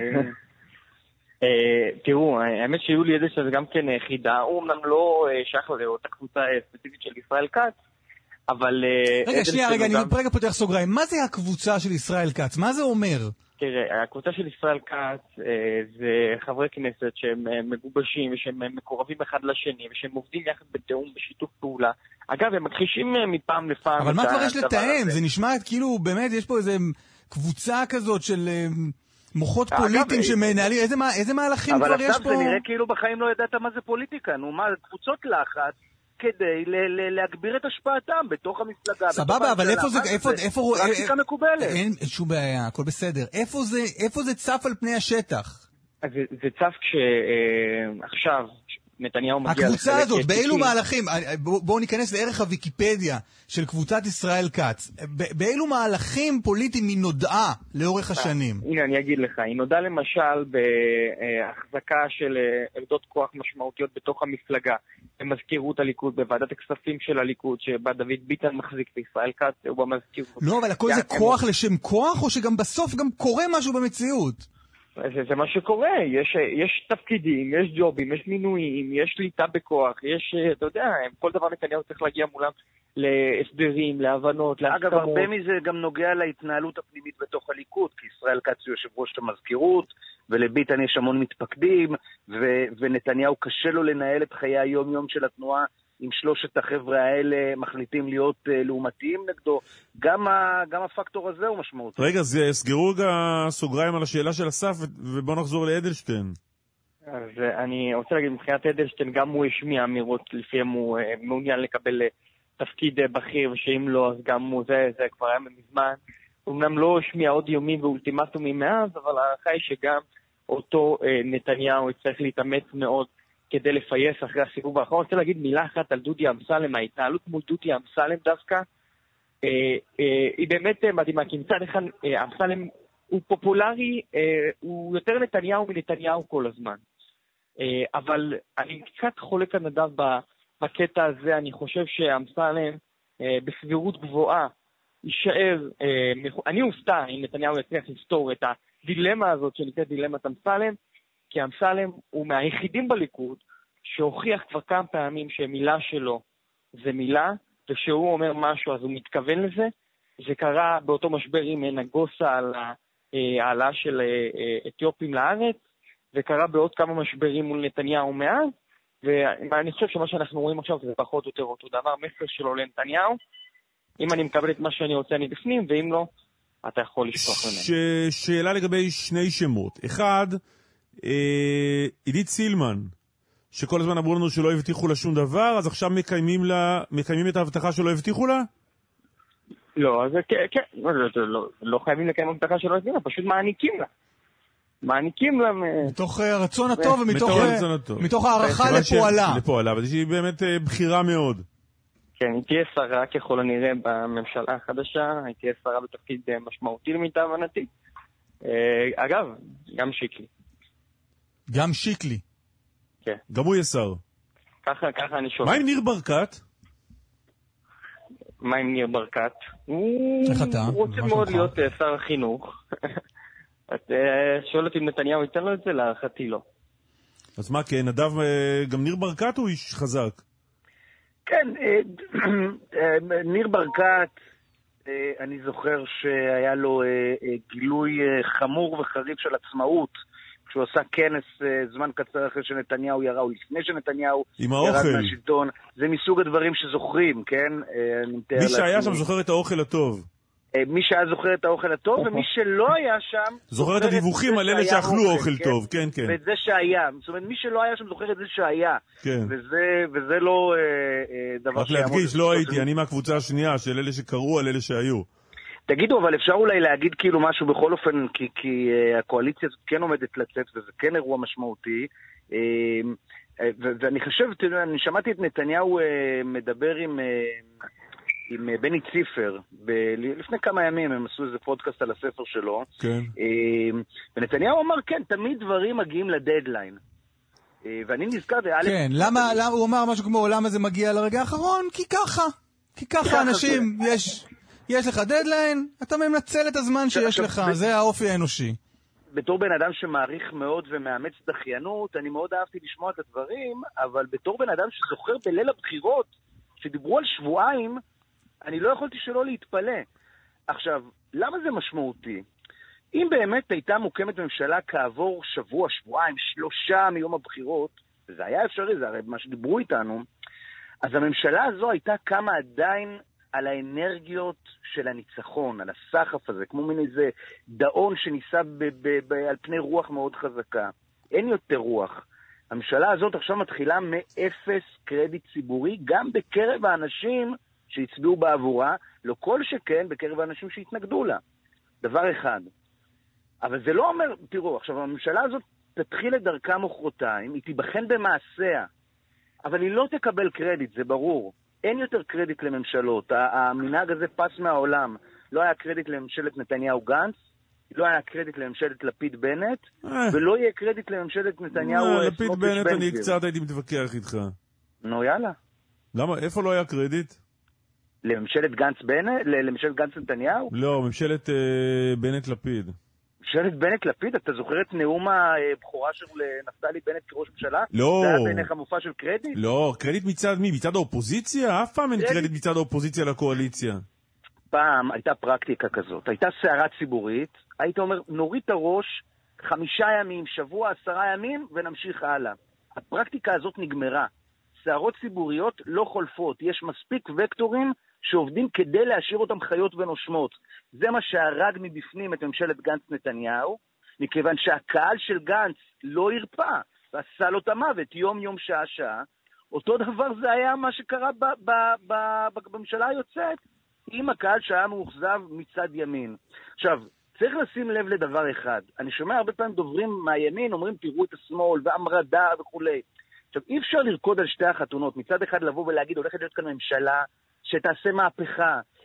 תראו, האמת שיולי אדלשטיין זה גם כן חידה, הוא אמנם לא שייך לאותה קבוצה ספציפית של ישראל כץ, אבל... רגע, שנייה, רגע, אני רגע פותח סוגריים. מה זה הקבוצה של ישראל כץ? מה זה אומר? תראה, הקבוצה של ישראל כץ זה חברי כנסת שהם מגובשים ושהם מקורבים אחד לשני ושהם עובדים יחד בתאום, בשיתוף פעולה. אגב, הם מכחישים מפעם לפעם... אבל מה כבר יש לתאם? זה נשמע כאילו, באמת, יש פה איזה קבוצה כזאת של... מוחות פוליטיים שמנהלים, איזה מהלכים כבר יש פה? אבל עכשיו זה נראה כאילו בחיים לא ידעת מה זה פוליטיקה, נו מה, קבוצות לחץ כדי להגביר את השפעתם בתוך המפלגה. סבבה, אבל איפה זה, איפה... פרקטיקה מקובלת. אין שום בעיה, הכל בסדר. איפה זה צף על פני השטח? זה צף כשעכשיו... נתניהו מגיע... הקבוצה הזאת, באילו מהלכים, בואו ניכנס לערך הוויקיפדיה של קבוצת ישראל כץ, באילו מהלכים פוליטיים היא נודעה לאורך השנים? הנה, אני אגיד לך, היא נודעה למשל בהחזקה של עמדות כוח משמעותיות בתוך המפלגה, במזכירות הליכוד, בוועדת הכספים של הליכוד, שבה דוד ביטן מחזיק בישראל כץ, הוא במזכירות. לא, אבל הכל זה כוח לשם כוח, או שגם בסוף גם קורה משהו במציאות? זה, זה מה שקורה, יש, יש תפקידים, יש ג'ובים, יש מינויים, יש שליטה בכוח, יש, אתה יודע, כל דבר נתניהו צריך להגיע מולם להסדרים, להבנות, להסכמות. אגב, הרבה מזה גם נוגע להתנהלות הפנימית בתוך הליכוד, כי ישראל כץ הוא יושב ראש המזכירות, ולביטן יש המון מתפקדים, ו- ונתניהו קשה לו לנהל את חיי היום-יום של התנועה, אם שלושת החבר'ה האלה מחליטים להיות uh, לעומתיים נגדו, גם, ה, גם הפקטור הזה הוא משמעות. רגע, אז סגרו רגע סוגריים על השאלה של אסף, ובואו נחזור לאדלשטיין. אז אני רוצה להגיד, מבחינת אדלשטיין, גם הוא השמיע אמירות, לפיהם הוא uh, מעוניין לקבל uh, תפקיד uh, בכיר, ושאם לא, אז גם הוא, זה, זה כבר היה מזמן. אמנם לא השמיע עוד יומים ואולטימטומים מאז, אבל הערכה היא שגם אותו uh, נתניהו יצטרך להתאמץ מאוד, כדי לפייס אחרי הסיבוב האחרון. אני רוצה להגיד מילה אחת על דודי אמסלם, ההתנהלות מול דודי אמסלם דווקא, היא באמת מדהימה, כי מצד אחד אמסלם הוא פופולרי, הוא יותר נתניהו מנתניהו כל הזמן. אבל אני קצת חולק על נדב בקטע הזה, אני חושב שאמסלם בסבירות גבוהה יישאר, אני אופתע אם נתניהו יצליח לפתור את הדילמה הזאת שנקראת דילמת אמסלם, כי אמסלם הוא מהיחידים בליכוד שהוכיח כבר כמה פעמים שמילה שלו זה מילה, ושהוא אומר משהו אז הוא מתכוון לזה. זה קרה באותו משבר עם נגוסה על העלה של אתיופים לארץ, וקרה בעוד כמה משברים מול נתניהו מאז, ואני חושב שמה שאנחנו רואים עכשיו זה פחות או יותר אותו דבר, מסר שלו לנתניהו. אם אני מקבל את מה שאני רוצה אני בפנים, ואם לא, אתה יכול לשפוך ממנו. שאלה לגבי שני שמות. אחד, אה, עידית סילמן, שכל הזמן אמרו לנו שלא הבטיחו לה שום דבר, אז עכשיו מקיימים, לה, מקיימים את ההבטחה שלא הבטיחו לה? לא, אז כן, כן, לא, לא, לא, לא חייבים לקיים הבטחה שלא הבטיחו לה, פשוט מעניקים לה. מעניקים לה... מתוך הרצון הטוב ומתוך הערכה לפועלה. לפועלה, אבל שהיא באמת בחירה מאוד. כן, היא תהיה שרה ככל הנראה בממשלה החדשה, היא תהיה שרה בתפקיד משמעותי למיטב הבנתי. אגב, גם שיקלי. גם שיקלי. כן. גם הוא ישר. ככה, ככה אני שומע. מה עם ניר ברקת? מה עם ניר ברקת? איך אתה? הוא רוצה מאוד להיות שר החינוך. את שואלת אם נתניהו ייתן לו את זה, להערכתי לא. אז מה, כן, נדב, גם ניר ברקת הוא איש חזק? כן, ניר ברקת, אני זוכר שהיה לו גילוי חמור וחריף של עצמאות, כשהוא עשה כנס זמן קצר אחרי שנתניהו ירה, או לפני שנתניהו ירד מהשלטון. זה מסוג הדברים שזוכרים, כן? מי שהיה שם זוכר את האוכל הטוב. מי שהיה זוכר את האוכל הטוב, ומי שלא היה שם... זוכר את הדיווחים על אלה שאכלו אוכל טוב, כן, כן. ואת זה שהיה. זאת אומרת, מי שלא היה שם זוכר את זה שהיה. כן. וזה לא דבר... רק להדגיש, לא הייתי, אני מהקבוצה השנייה של אלה שקראו על אלה שהיו. תגידו, אבל אפשר אולי להגיד כאילו משהו בכל אופן, כי הקואליציה הזאת כן עומדת לצאת, וזה כן אירוע משמעותי. ואני חושב, אני שמעתי את נתניהו מדבר עם... עם בני ציפר, ב- לפני כמה ימים הם עשו איזה פודקאסט על הספר שלו, כן. ונתניהו אמר, כן, תמיד דברים מגיעים לדדליין. ואני נזכרתי... כן, למה, למה הוא אמר משהו כמו, למה זה מגיע לרגע האחרון? כי ככה. כי ככה אנשים, יש, יש לך דדליין, אתה מנצל את הזמן שיש לך, זה האופי האנושי. בתור בן אדם שמעריך מאוד ומאמץ דחיינות, אני מאוד אהבתי לשמוע את הדברים, אבל בתור בן אדם שזוכר בליל הבחירות, שדיברו על שבועיים, אני לא יכולתי שלא להתפלא. עכשיו, למה זה משמעותי? אם באמת הייתה מוקמת ממשלה כעבור שבוע, שבועיים, שלושה מיום הבחירות, וזה היה אפשרי, זה הרי מה שדיברו איתנו, אז הממשלה הזו הייתה קמה עדיין על האנרגיות של הניצחון, על הסחף הזה, כמו מין איזה דאון שניסה ב- ב- ב- על פני רוח מאוד חזקה. אין יותר רוח. הממשלה הזאת עכשיו מתחילה מאפס קרדיט ציבורי, גם בקרב האנשים שהצביעו בעבורה, לא כל שכן בקרב האנשים שהתנגדו לה. דבר אחד. אבל זה לא אומר, תראו, עכשיו הממשלה הזאת תתחיל את דרכה מחרתיים, היא תיבחן במעשיה, אבל היא לא תקבל קרדיט, זה ברור. אין יותר קרדיט לממשלות. המנהג הזה פס מהעולם. לא היה קרדיט לממשלת נתניהו גנץ, לא היה קרדיט לממשלת לפיד בנט, ולא יהיה קרדיט לממשלת נתניהו סמוטריץ' בן גביר. לפיד בנט אני קצת הייתי מתווכח איתך. נו יאללה. למה? איפה לא היה קרדיט? לממשלת גנץ בנט? לממשלת גנץ נתניהו? לא, ממשלת בנט לפיד. ממשלת בנט לפיד? אתה זוכר את נאום הבכורה של נפתלי בנט כראש ממשלה? לא. זה היה בעיניך מופע של קרדיט? לא, קרדיט מצד מי? מצד האופוזיציה? אף פעם אין קרדיט מצד האופוזיציה לקואליציה. פעם הייתה פרקטיקה כזאת, הייתה סערה ציבורית, היית אומר, נוריד את הראש חמישה ימים, שבוע, עשרה ימים, ונמשיך הלאה. הפרקטיקה הזאת נגמרה. סערות ציבוריות לא חולפות, יש מספיק וקטורים שעובדים כדי להשאיר אותם חיות ונושמות. זה מה שהרג מבפנים את ממשלת גנץ נתניהו, מכיוון שהקהל של גנץ לא ירפא, ועשה לו את המוות יום יום שעה שעה. אותו דבר זה היה מה שקרה ב- ב- ב- ב- בממשלה היוצאת, עם הקהל שהיה מאוכזב מצד ימין. עכשיו, צריך לשים לב לדבר אחד. אני שומע הרבה פעמים דוברים מהימין, אומרים תראו את השמאל והמרדה וכולי. עכשיו, אי אפשר לרקוד על שתי החתונות. מצד אחד לבוא ולהגיד, הולכת להיות כאן ממשלה שתעשה מהפכה,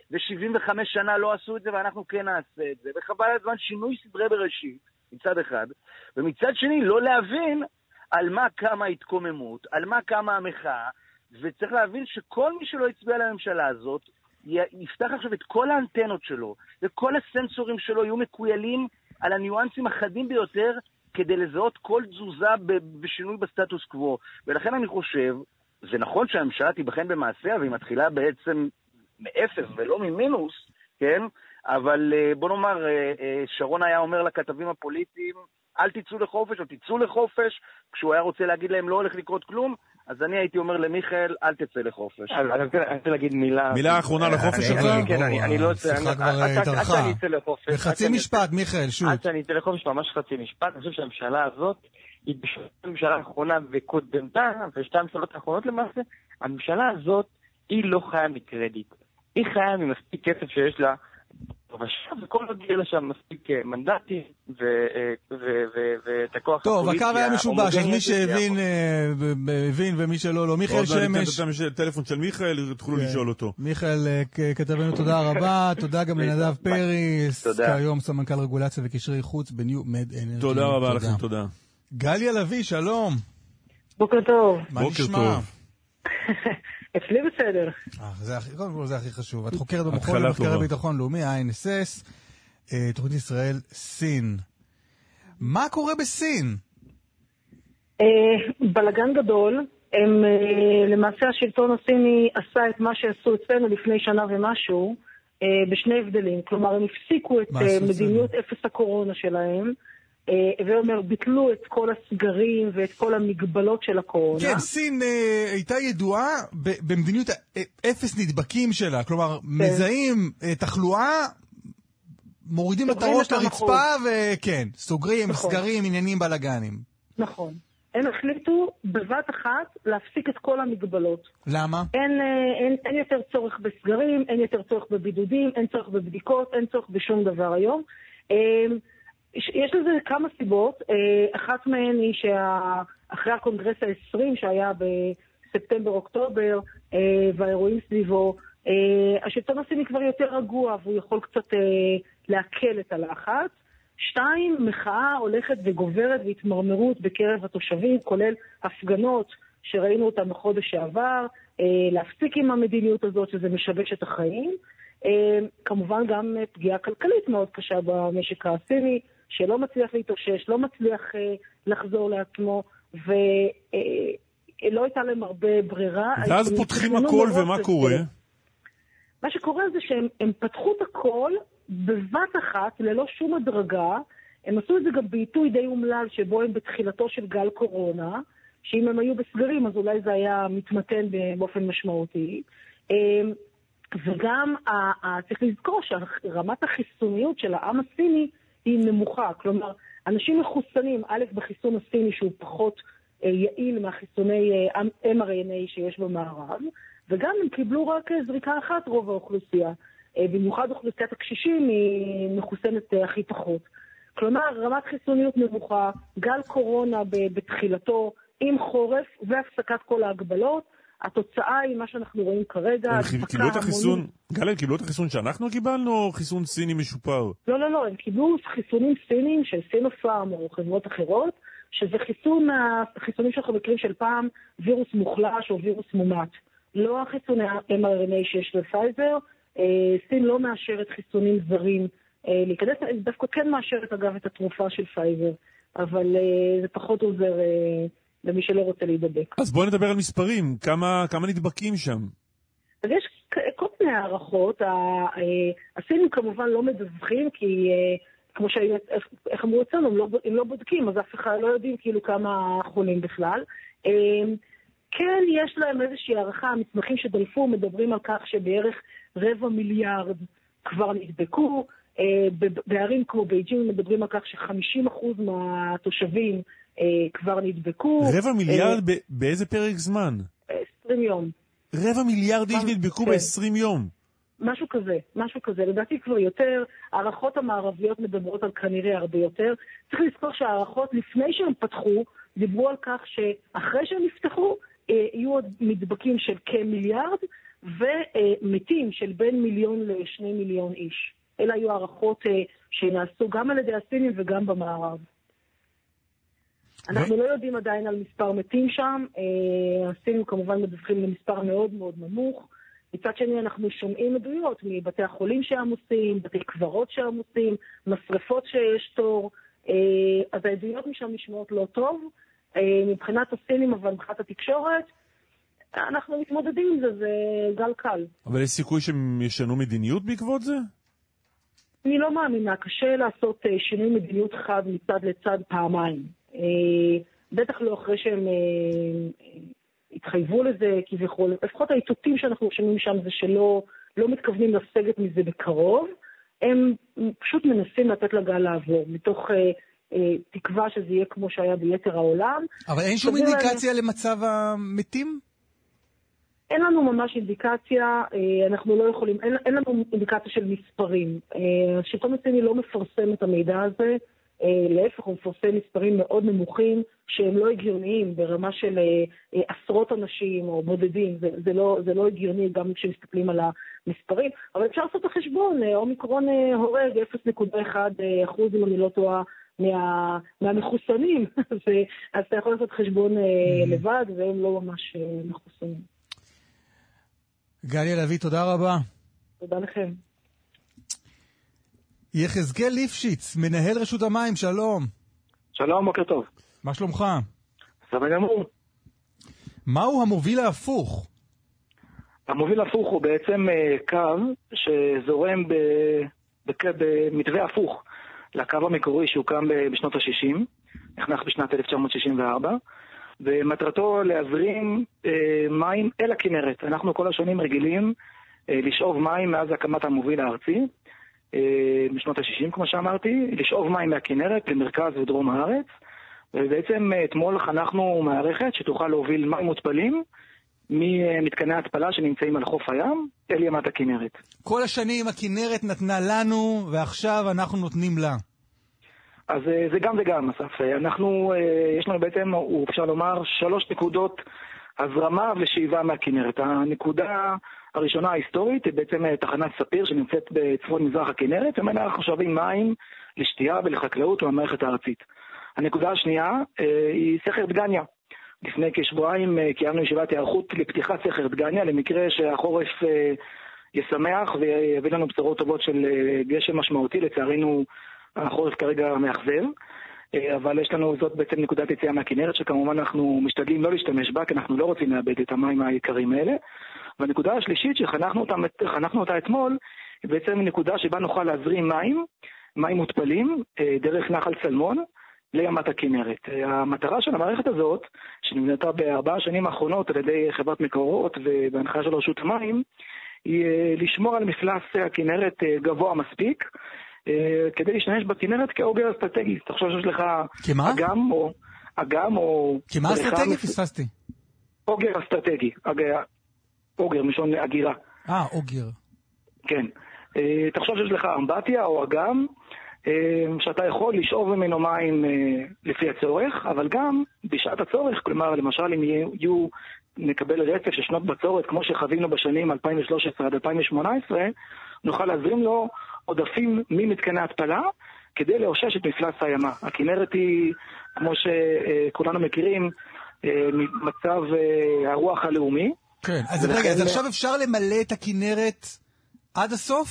ו-שבעים וחמש שנה לא עשו את זה ואנחנו כן נעשה את זה, וחבל הזמן שינוי סדרי בראשית, מצד אחד, ומצד שני לא להבין על מה קמה ההתקוממות, על מה קמה המחאה, וצריך להבין שכל מי שלא הצביע לממשלה הזאת, יפתח עכשיו את כל האנטנות שלו, וכל הסנסורים שלו יהיו מקוילים על הניואנסים החדים ביותר, כדי לזהות כל תזוזה בשינוי בסטטוס קוו. ולכן אני חושב, זה נכון שהממשלה תיבחן במעשיה, והיא מתחילה בעצם מאפס ולא ממינוס, כן? אבל בוא נאמר, שרון היה אומר לכתבים הפוליטיים, אל תצאו לחופש או תצאו לחופש, כשהוא היה רוצה להגיד להם לא הולך לקרות כלום, אז אני הייתי אומר למיכאל, אל תצא לחופש. אני רוצה להגיד מילה... מילה אחרונה לחופש שלך? כן, אני לא רוצה... שיחה כבר התארכה. עד שאני אצא לחופש. בחצי משפט, מיכאל, שוט. עד שאני אצא לחופש, ממש חצי משפט. אני חושב שהממשלה הזאת, היא בשביל הממשלה האחרונה וקודמתה, ושתי הממשלות האחרונות למעשה, הממשלה הזאת, היא לא חיה מקרדיט. היא חיה ממספיק כסף שיש לה, עכשיו, וכל עוד יהיה לה שם מספיק מנדטים, ואת הכוח הפוליטי... טוב, הקו היה משובש, אז מי שהבין, הבין, ומי שלא, לא. מיכאל שמש... עוד מעט טלפון של מיכאל, תוכלו לשאול אותו. מיכאל, כתבנו, תודה רבה, תודה גם לנדב פריס, כיום סמנכ"ל רגולציה וקשרי חוץ בניו מד אנרגי. תודה רבה לכם, תודה. גליה לוי, שלום. בוקר טוב. מה נשמע? אצלי בסדר. קודם כל זה הכי חשוב. את חוקרת במכון למחקרי ביטחון לאומי, ה-איי אן אס אס, תוכנית ישראל סין. מה קורה בסין? בלגן גדול. למעשה השלטון הסיני עשה את מה שעשו אצלנו לפני שנה ומשהו, בשני הבדלים. כלומר, הם הפסיקו את מדיניות אפס הקורונה שלהם, ואומר, ביטלו את כל הסגרים ואת כל המגבלות של הקורונה. כן, סין אה, הייתה ידועה במדיניות אפס נדבקים שלה, כלומר, כן. מזהים אה, תחלואה, מורידים את הראש לרצפה, וכן, סוגרים, נכון. סגרים, עניינים בלגנים. נכון. הם החליטו בבת אחת להפסיק את כל המגבלות. למה? אין, אין, אין יותר צורך בסגרים, אין יותר צורך בבידודים, אין צורך בבדיקות, אין צורך בשום דבר היום. יש לזה כמה סיבות. אחת מהן היא שאחרי הקונגרס ה-עשרים שהיה בספטמבר-אוקטובר והאירועים סביבו, השלטון הסיני כבר יותר רגוע והוא יכול קצת להקל את הלחץ. שתיים, מחאה הולכת וגוברת והתמרמרות בקרב התושבים, כולל הפגנות שראינו אותן בחודש שעבר, להפסיק עם המדיניות הזאת שזה משבש את החיים. כמובן גם פגיעה כלכלית מאוד קשה במשק הסיני, שלא מצליח להתאושש, לא מצליח לחזור לעצמו, ולא הייתה להם הרבה ברירה. ואז פותחים הכל ומה קורה? מה שקורה זה שהם פתחו את הכל בבת אחת, ללא שום הדרגה. הם עשו את זה גם בעיתוי די אומלל, שבו הם בתחילתו של גל קורונה, שאם הם היו בסגרים, אז אולי זה היה מתמתן באופן משמעותי. וגם צריך לזכור שרמת החיסוניות של העם הסיני היא נמוכה. כלומר, אנשים מחוסנים, א', בחיסון הסיני שהוא פחות יעיל מהחיסוני אם אר אן איי שיש במערב, וגם הם קיבלו רק זריקה אחת רוב האוכלוסייה. במיוחד אוכלוסיית הקשישים היא מחוסנת הכי פחות. כלומר, רמת חיסוניות נמוכה, גל קורונה בתחילתו, עם חורף והפסקת כל ההגבלות, התוצאה היא מה שאנחנו רואים כרגע. הם קיבלו את החיסון, גל, הם קיבלו את החיסון שאנחנו קיבלנו או חיסון סיני משופר? לא, לא, לא, הם קיבלו חיסונים סיניים של סינופארם או חברות אחרות, שזה חיסון, החיסונים שאנחנו מכירים של פעם, וירוס מוחלש או וירוס מומת. לא החיסוני אם אר אן איי שיש לפייזר, סין לא מאשרת חיסונים זרים להיכנס, דווקא כן מאשרת אגב את התרופה של פייזר, אבל זה פחות עוזר למי שלא רוצה להידבק. אז בואו נדבר על מספרים, כמה, כמה נדבקים שם? אז יש כל מיני הערכות, הסינים כמובן לא מדווחים, כי כמו שאיך אמרו אצלנו, הם לא בודקים, אז אף אחד לא יודעים כאילו כמה חולים בכלל. כן, יש להם איזושהי הערכה, המסמכים שדלפו מדברים על כך שבערך רבע מיליארד כבר נדבקו, בערים כמו בייג'ינג מדברים על כך ש-חמישים אחוז מהתושבים כבר נדבקו. רבע מיליארד באיזה פרק זמן? עשרים יום. רבע מיליארד איש נדבקו ב-עשרים יום? משהו כזה, משהו כזה. לדעתי כבר יותר, הערכות המערביות מדברות על כנראה הרבה יותר. צריך לזכור שהערכות לפני שהם פתחו, דיברו על כך שאחרי שהם נפתחו, יהיו עוד נדבקים של כמיליארד, ומתים של בין מיליון לשני מיליון איש. אלה היו הערכות שנעשו גם על ידי הסינים וגם במערב. אנחנו לא יודעים עדיין על מספר מתים שם, הסינים כמובן מדווחים למספר מאוד מאוד נמוך. מצד שני אנחנו שומעים עדויות מבתי החולים שעמוסים, בתי קברות שעמוסים, משרפות שיש תור, אז העדויות משם נשמעות לא טוב. מבחינת הסינים אבל מבחינת התקשורת, אנחנו מתמודדים עם זה, זה גל קל. אבל יש סיכוי שהם ישנו מדיניות בעקבות זה? אני לא מאמינה, קשה לעשות שינוי מדיניות חד מצד לצד פעמיים. בטח לא אחרי שהם התחייבו לזה כביכול. לפחות האיתותים שאנחנו שומעים שם זה שלא לא מתכוונים לסגת מזה בקרוב. הם פשוט מנסים לתת לגל לעבור, מתוך תקווה שזה יהיה כמו שהיה ביתר העולם. אבל אין שום אינדיקציה למצב המתים? אין לנו ממש אינדיקציה, אנחנו לא יכולים, אין, אין לנו אינדיקציה של מספרים. השלטון הסיני לא מפרסם את המידע הזה, להפך הוא מפרסם מספרים מאוד נמוכים שהם לא הגיוניים ברמה של עשרות אנשים או בודדים, זה, זה, לא, זה לא הגיוני גם כשמסתכלים על המספרים, אבל אפשר לעשות את החשבון, אומיקרון הורג אפס נקודה אחת אחוז אם אני לא טועה מה, מהמחוסנים, אז אתה יכול לעשות חשבון לבד והם לא ממש מחוסנים. גליה לוי, תודה רבה. תודה לכם. יחזקאל ליפשיץ, מנהל רשות המים, שלום. שלום, בוקר טוב. מה שלומך? בסדר גמור. מהו המוביל ההפוך? המוביל ההפוך הוא בעצם קו שזורם במתווה הפוך לקו המקורי שהוקם בשנות ה-שישים, נחנך בשנת אלף תשע מאות שישים וארבע, ומטרתו להזרים אה, מים אל הכנרת. אנחנו כל השנים רגילים אה, לשאוב מים מאז הקמת המוביל הארצי, אה, בשנות ה-שישים כמו שאמרתי, לשאוב מים מהכנרת למרכז ודרום הארץ, ובעצם אה, אתמול חנכנו מערכת שתוכל להוביל מים מותפלים ממתקני ההתפלה שנמצאים על חוף הים אל ימת הכנרת. כל השנים הכנרת נתנה לנו ועכשיו אנחנו נותנים לה. אז זה גם וגם, אסף. אנחנו, יש לנו בעצם, אפשר לומר, שלוש נקודות הזרמה ושאיבה מהכנרת. הנקודה הראשונה ההיסטורית היא בעצם תחנת ספיר שנמצאת בצפון מזרח הכנרת, ומנה אנחנו שואבים מים לשתייה ולחקלאות במערכת הארצית. הנקודה השנייה היא סכר דגניה. לפני כשבועיים קיימנו ישיבת היערכות לפתיחת סכר דגניה, למקרה שהחורף ישמח ויביא לנו בשורות טובות של גשם משמעותי. לצערנו החורף כרגע מאכזב, אבל יש לנו זאת בעצם נקודת יציאה מהכנרת, שכמובן אנחנו משתדלים לא להשתמש בה, כי אנחנו לא רוצים לאבד את המים היקרים האלה. והנקודה השלישית שחנכנו אותה, חנכנו אותה אתמול, היא בעצם נקודה שבה נוכל להזרים מים, מים מותפלים, דרך נחל צלמון, לימת הכנרת. המטרה של המערכת הזאת, שנבנתה בארבע השנים האחרונות על ידי חברת מקורות ובהנחיה של רשות המים, היא לשמור על מפלס הכנרת גבוה מספיק, כדי להשתמש בכנרת כאוגר אסטרטגי. אתה חושב שיש לך אגם או אגם או... כמה אסטרטגי? פספסתי. אוגר אסטרטגי. אוגר, משון אגירה. אה, אוגר. כן. אתה חושב שיש לך אמבטיה או אגם, שאתה יכול לשאוב ממנו מים לפי הצורך, אבל גם בשעת הצורך, כלומר, למשל, אם יהיו, נקבל רצף של שנות בצורת, כמו שחווינו בשנים אלפיים ושלוש עשרה עד אלפיים שמונה עשרה, נוכל להזרים לו עודפים ממתקני התפלה, כדי לאושש את מפלס הימה. הכנרת היא, כמו שכולנו מכירים, מצב הרוח הלאומי. כן, אז רגע, אז עכשיו אפשר למלא את הכנרת עד הסוף?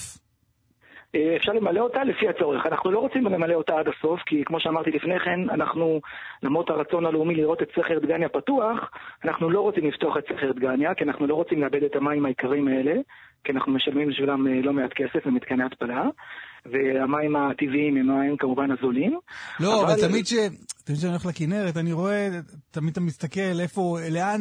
אפשר למלא אותה לפי הצורך. אנחנו לא רוצים למלא אותה עד הסוף, כי כמו שאמרתי לפני כן, אנחנו, למרות הרצון הלאומי לראות את סכר דגניה פתוח, אנחנו לא רוצים לפתוח את סכר דגניה, כי אנחנו לא רוצים לאבד את המים העיקריים האלה, כי אנחנו משלמים בשבילם לא מעט כסף למתקני התפלה, והמים הטבעיים הם מים כמובן הזולים. לא, אבל, אבל תמיד ש... תמיד שאני הולך לכנרת, אני רואה, תמיד אתה מסתכל איפה, לאן,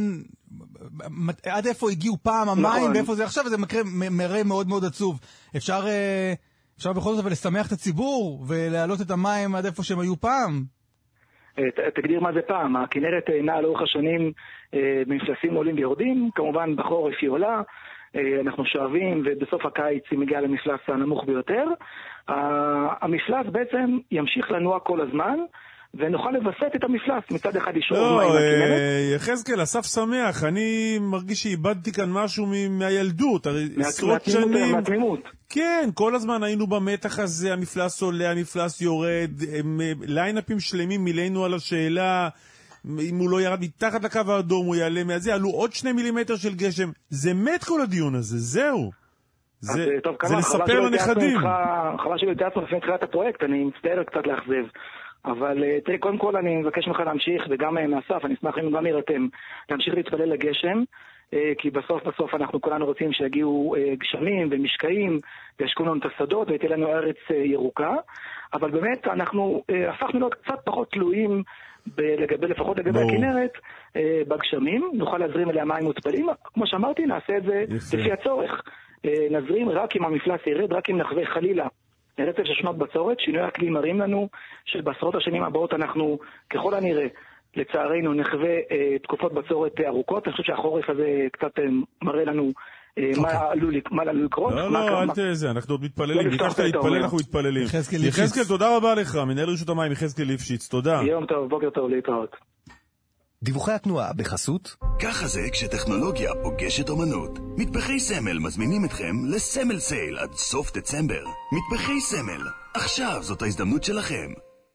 עד איפה הגיעו פעם המים, נכון. ואיפה זה עכשיו, וזה מראה מאוד מאוד עצוב. אפשר... אפשר בכל זאת לשמח את הציבור ולהעלות את המים עד איפה שהם היו פעם? תגדיר מה זה פעם. הכנרת נעה לאורך השנים במפלסים עולים ויורדים, כמובן בחורף היא עולה, אנחנו שואבים ובסוף הקיץ היא מגיעה למפלס הנמוך ביותר. המפלס בעצם ימשיך לנוע כל הזמן, ונוכל לבסט את המפלס, מצד אחד ישרור לא, מים מהכנרת. יחזקאל, אסף שמח, אני מרגיש שאיבדתי כאן משהו מהילדות, הרי עשרות שנים... מהתמימות. כן, כל הזמן היינו במתח הזה, המפלס עולה, המפלס יורד, ליינאפים שלמים מילאנו על השאלה, אם הוא לא ירד מתחת לקו האדום, הוא יעלה מהזה, עלו עוד שני מילימטר של גשם, זה מת כל הדיון הזה, זהו. זה, טוב, זה לספר לנכדים. חבל שלא התייעצנו לפני תחילת הפרויקט, אני מצטער קצת לאכזב. אבל תראי, קודם כל אני מבקש ממך להמשיך, וגם מאסף, אני אשמח אם גם ירתם, להמשיך להתפלל לגשם, כי בסוף בסוף אנחנו כולנו רוצים שיגיעו גשמים ומשקעים, וישקו לנו את השדות, ותהיה לנו ארץ ירוקה, אבל באמת אנחנו הפכנו להיות קצת פחות תלויים, לגבי, לפחות לגבי הכנרת, בגשמים, נוכל להזרים אליה מים מותפלים, כמו שאמרתי, נעשה את זה לפי הצורך. נזרים רק אם המפלס ירד, רק אם נחווה חלילה רצף של שנות בצורת. שינוי האקלים מראים לנו שבעשרות השנים הבאות אנחנו ככל הנראה לצערנו נחווה אה, תקופות בצורת ארוכות. אני חושב שהחורף הזה קצת אה, מראה לנו אה, okay. מה עלול לקרות. לא, לא, אל תזה, אנחנו עוד מתפללים. ביקשת להתפלל, אנחנו מתפללים. יחזקאל, תודה רבה לך, מנהל רשות המים יחזקאל ליפשיץ, תודה. יום טוב, בוקר טוב, להתראות. דיווחי התנועה בחסות. ככה זה כשטכנולוגיה פוגשת אומנות. מטבחי סמל מזמינים אתכם לסמל סייל עד סוף דצמבר. מטבחי סמל, עכשיו זאת ההזדמנות שלכם.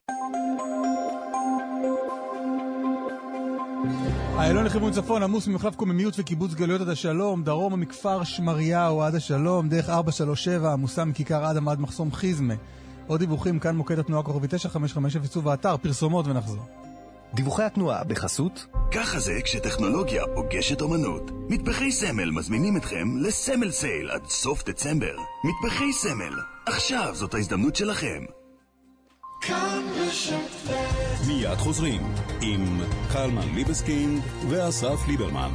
איילון לכיוון צפון עמוס ממחלף קוממיות וקיבוץ גלויות עד השלום, דרום מכפר שמריהו עד השלום, דרך ארבע שלוש שבע עמוסה מכיכר אדם עד מחסום חיזמה. עוד דיווחים כאן מוקד התנועה כוכבי תשע חמש חמש אפס ובאתר פרסומות ונחזור. דיווחי התנועה בחסות. ככה זה כשטכנולוגיה פוגשת אומנות. מטבחי סמל מזמינים אתכם לסמל סייל עד סוף דצמבר. מטבחי סמל, עכשיו זאת ההזדמנות שלכם. מיד חוזרים עם קלמן ליבסקינד ואסף ליברמן.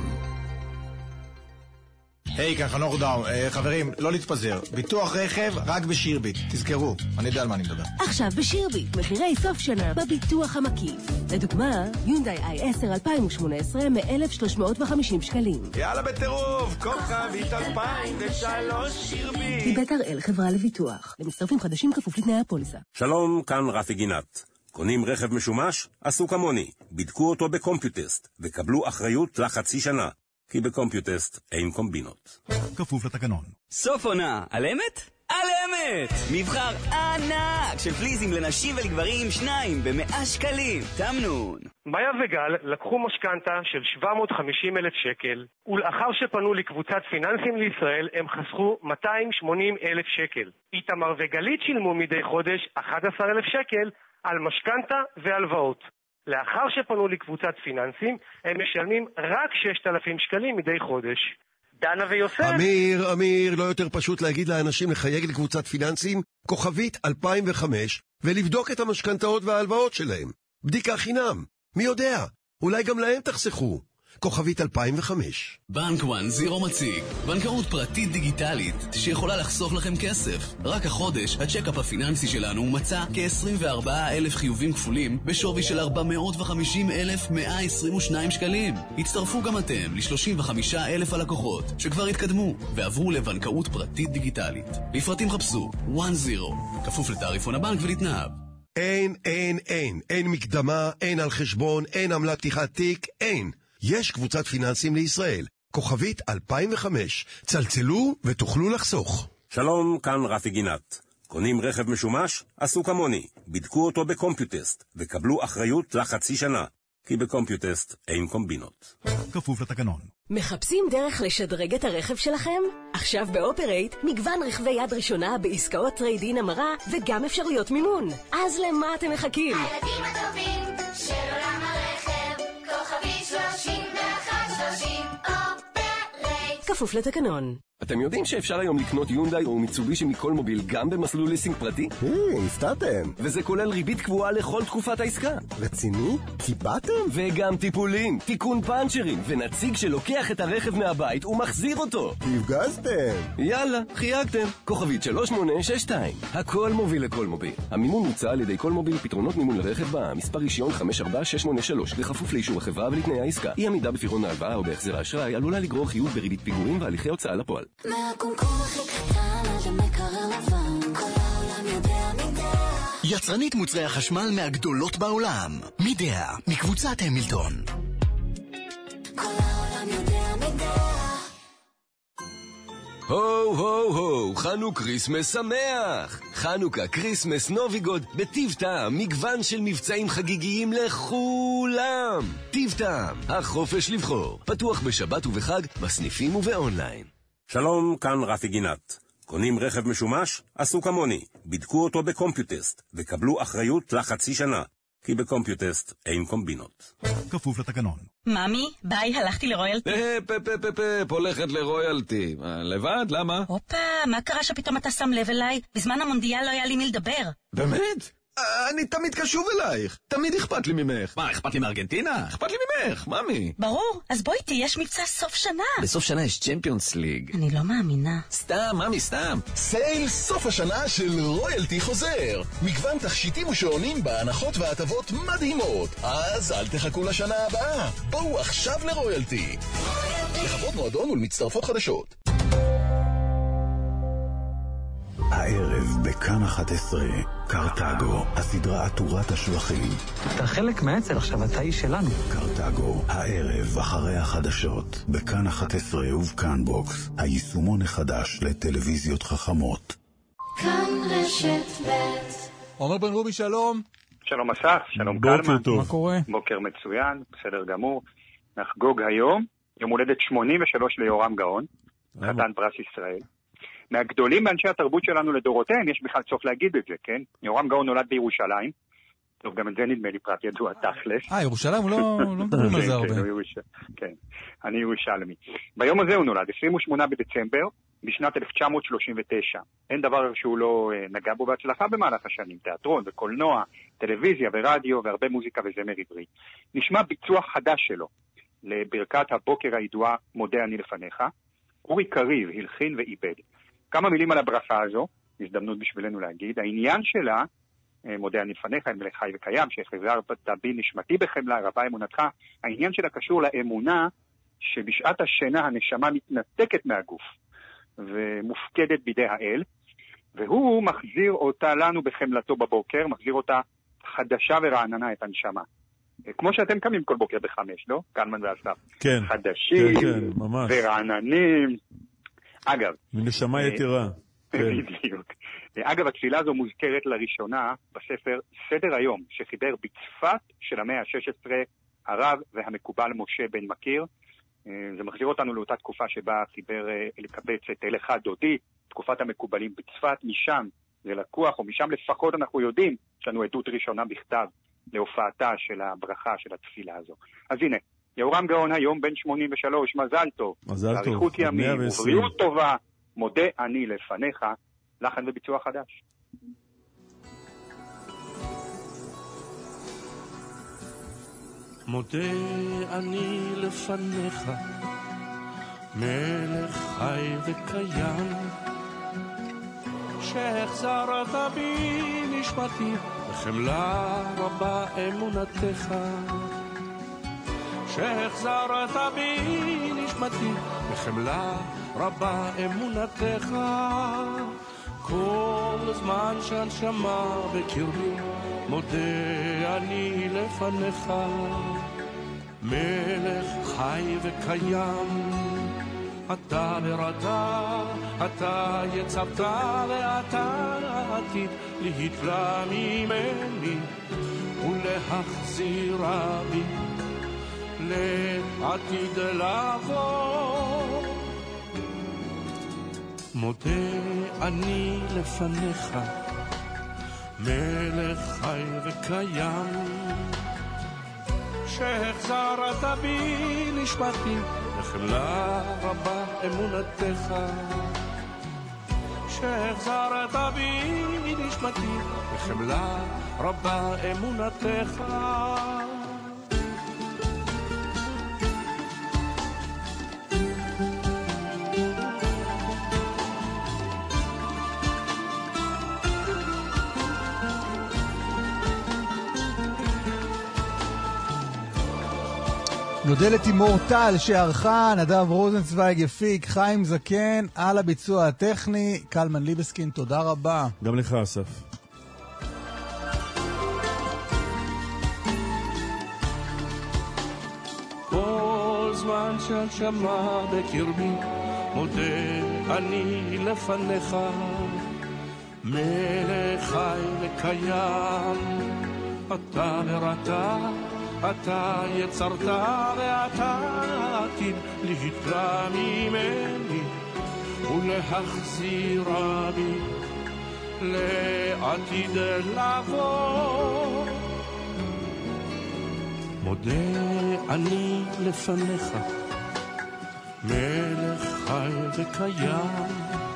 היי, כאן חנוך דאום. חברים, לא להתפזר. ביטוח רכב רק בשירביט. תזכרו, אני יודע על מה אני מדבר. עכשיו בשירביט, מחירי סוף שנה בביטוח המקיף. לדוגמה, יונדאי איי עשר אלפיים שמונה עשרה מ-אלף שלוש מאות וחמישים שקלים. יאללה בטירוף, כוכבית אלפיים ושלוש שירביט. מבית הראל חברה לביטוח. למצטרפים חדשים כפוף לתנאי הפוליסה. שלום, כאן רפי גינת. קונים רכב משומש? עשו כמוני. בדקו אותו בקומפיוטסט וקבלו אחריות לחצי שנה. כי בקומפיוטסט אין קומבינות. כפוף לתקנון. סוף עונה, על אמת? על אמת! מבחר ענק של פליזים לנשים ולגברים, שניים במאה שקלים. תמנון. מאיה וגל לקחו משכנתה של שבע מאות וחמישים אלף שקל, ולאחר שפנו לקבוצת פיננסים לישראל הם חסכו מאתיים ושמונים אלף שקל. איתמר וגלית שילמו מדי חודש אחד עשר אלף שקל על משכנתה והלוואות. לאחר שפנו לקבוצת פיננסים, הם משלמים רק שישת אלפים שקלים מדי חודש. דנה ויוסף... אמיר, אמיר, לא יותר פשוט להגיד לאנשים לחייג לקבוצת פיננסים, כוכבית אלפיים וחמש, ולבדוק את המשכנתאות וההלוואות שלהם. בדיקה חינם. מי יודע? אולי גם להם תחסכו. כוכבית אלפיים וחמש. בנק וואן זירו מציג בנקאות פרטית דיגיטלית שיכולה לחסוך לכם כסף. רק החודש הצ'קאפ הפיננסי שלנו מצא כ-עשרים וארבעה אלף חיובים כפולים בשווי של ארבע מאות וחמישים אלף מאה עשרים ושניים שקלים. הצטרפו גם אתם ל-שלושים וחמישה אלף הלקוחות שכבר התקדמו ועברו לבנקאות פרטית דיגיטלית. לפרטים חפשו וואן זירו, כפוף לתעריפון הבנק ולתנאיו. אין, אין, אין. אין מקדמה, אין על חשבון, אין עמלת פתיחת תיק, אין. יש קבוצת פיננסים לישראל, כוכבית אלפיים וחמש. צלצלו ותוכלו לחסוך. שלום, כאן רפי גינת. קונים רכב משומש? עשו כמוני. בדקו אותו בקומפיוטסט וקבלו אחריות לחצי שנה. כי בקומפיוטסט אין קומבינות. כפוף לתקנון. מחפשים דרך לשדרג את הרכב שלכם? עכשיו באופרייט מגוון רכבי יד ראשונה בעסקאות טרייד-אין המרה וגם אפשרויות מימון. אז למה אתם מחכים? הילדים הטובים של עולם הרכב, כוכבי שלושים ואחת שלושים, אופרייט. כפוף לתקנון. אתם יודעים שאפשר היום לקנות יונדאי או מיצובישי מכל מוביל גם במסלול ליסינג פרטי? היי, הפתעתם. וזה כולל ריבית קבועה לכל תקופת העסקה. רציני? קיבלתם? וגם טיפולים, תיקון פאנצ'רים, ונציג שלוקח את הרכב מהבית ומחזיר אותו. הפגזתם. יאללה, חייגתם. כוכבית שלוש שמונה שש שתיים. הכל מוביל לכל מוביל. המימון מוצע על ידי כל מוביל פתרונות מימון לרכב בע"מ. מספר רישיון חמש ארבע שש שמונה שלוש, בכפוף לאישור החברה ולתנאי העסקה. אי עמידה בפירעון ההלוואה או בהחזר האשראי עלולה לגרור חיוב בריבית פיגורים והליכי הוצאה לפועל. מהקומקום הכי קטן עד למקרר לבן, כל העולם יודע מדע. יצרנית מוצרי החשמל מהגדולות בעולם. מידע, מקבוצת המילטון. כל העולם יודע מדע. הו הו הו, חנו קריסמס שמח! חנוכה קריסמס נוביגוד בטיב טעם, מגוון של מבצעים חגיגיים לכולם. טיב טעם, החופש לבחור, פתוח בשבת ובחג, בסניפים ובאונליין. שלום, כאן רפי גינת. קונים רכב משומש? עשו כמוני. בדקו אותו בקומפיוטסט וקבלו אחריות לחצי שנה. כי בקומפיוטסט אין קומבינות. כפוף לתקנון. ממי, ביי, הלכתי לרויאלטי. פפ, פפ, פפ, פפ, הולכת לרויאלטי. לבד? למה? הופה, מה קרה שפתאום אתה שם לב אליי? בזמן המונדיאל לא היה לי מי לדבר. באמת? אני תמיד קשוב אלייך. תמיד אכפת לי ממך. מה, אכפת לי מארגנטינה? אכפת לי ממך, ממי. ברור, אז בואי איתי, יש מבצע סוף שנה. בסוף שנה יש צ'מפיונס ליג. אני לא מאמינה. סתם, ממי, סתם. סייל סוף השנה של רויאלטי חוזר. מגוון תכשיטים ושעונים בהנחות והטבות מדהימות. אז אל תחכו לשנה הבאה. בואו עכשיו לרויאלטי. לחוות מועדון ולמצטרפות חדשות. הערב בכאן אחת עשרה, קרטגו, הסדרה עטורת השבחים. אתה חלק מהעצר, עכשיו אתה איש שלנו. קרטגו, הערב אחרי החדשות, בכאן אחת עשרה ובכאן בוקס, היישומון החדש לטלוויזיות חכמות. כאן רשת ב'. עומר בן רובי, שלום. שלום אסף, שלום קלמן. מה קורה? בוקר מצוין, בסדר גמור. נחגוג היום, יום הולדת שמונים ושלוש ליורם גאון, חתן פרס ישראל. מהגדולים באנשי התרבות שלנו לדורותיהם, יש בכלל צורך להגיד את זה, כן? יורם גאון נולד בירושלים, טוב, גם את זה נדמה לי פרט ידוע תכלס. אה, ירושלים הוא לא מדברים על זה הרבה. כן, אני ירושלמי. ביום הזה הוא נולד, עשרים ושמונה בדצמבר, בשנת אלף תשע מאות שלושים ותשע. אין דבר שהוא לא נגע בו בהצלחה במהלך השנים, תיאטרון וקולנוע, טלוויזיה ורדיו והרבה מוזיקה וזמר עברי. נשמע ביצוע חדש שלו, לברכת הבוקר הידועה מודה אני לפניך. אורי קריב הלחין ואיבד. כמה מילים על הברכה הזו, הזדמנות בשבילנו להגיד. העניין שלה, מודה אני לפניך, אם לחי וקיים, שחזרת בי נשמתי בחמלה, רבה אמונתך, העניין שלה קשור לאמונה שבשעת השינה הנשמה מתנתקת מהגוף ומופקדת בידי האל, והוא מחזיר אותה לנו בחמלתו בבוקר, מחזיר אותה חדשה ורעננה את הנשמה. כמו שאתם קמים כל בוקר בחמש, לא? קלמן ואסף. כן. חדשים, כן, כן, ממש. ורעננים. אגב. מנשמה יתרה. בדיוק. אגב, התפילה הזו מוזכרת לראשונה בספר סדר היום, שחיבר בצפת של המאה ה-שש עשרה הרב והמקובל משה בן מכיר. זה מחזיר אותנו לאותה תקופה שבה חיבר לקבץ את אליך דודי, תקופת המקובלים בצפת. משם זה לקוח, או משם לפחות אנחנו יודעים, יש לנו עדות ראשונה בכתב להופעתה של הברכה של התפילה הזו. אז הנה, יורם גאון היום בן שמונים ושלוש, מזל טוב. מזל טוב. אריכות ימים ובריאות טובה, מודה אני לפניך, לחן וביצוע חדש. מודה אני לפניך, מלך חי וקיים, שהחזרת בי נשמתי, בחמלה רבה אמונתך. שהחזרת בי נשמתי, בחמלה רבה אמונתך. כל זמן שהנשמה בקרבי, מודה אני לפניך, מלך חי וקיים. אתה בראתה, אתה יצבת ואתה עתיד להתפלא ממני ולהחזירה בי לעתיד לבוא. מודה אני לפניך, מלך חי וקיים, שהחזרת בי נשמתי, בחמלה רבה אמונתך. שהחזרת בי נשמתי, בחמלה רבה אמונתך. נודה לתימור טל שערכה, נדב רוזנצוויג יפיק, חיים זקן על הביצוע הטכני, קלמן ליבסקין, תודה רבה. גם לך אסף. שהנשמה בקרבי, מודה אני לפניך, מלך חי וקיים, אתה נראתה, אתה יצרת ואתה עתיד להתגע ממני ולהחזירה בי לעתיד לבוא. מודה אני לפניך, מלך חי וקיים,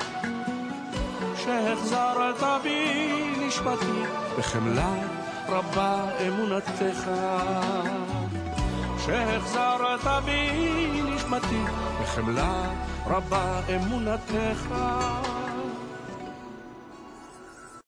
שהחזרת בי נשמתי בחמלה רבה אמונתך, שהחזרת בי נשמתי בחמלה רבה אמונתך.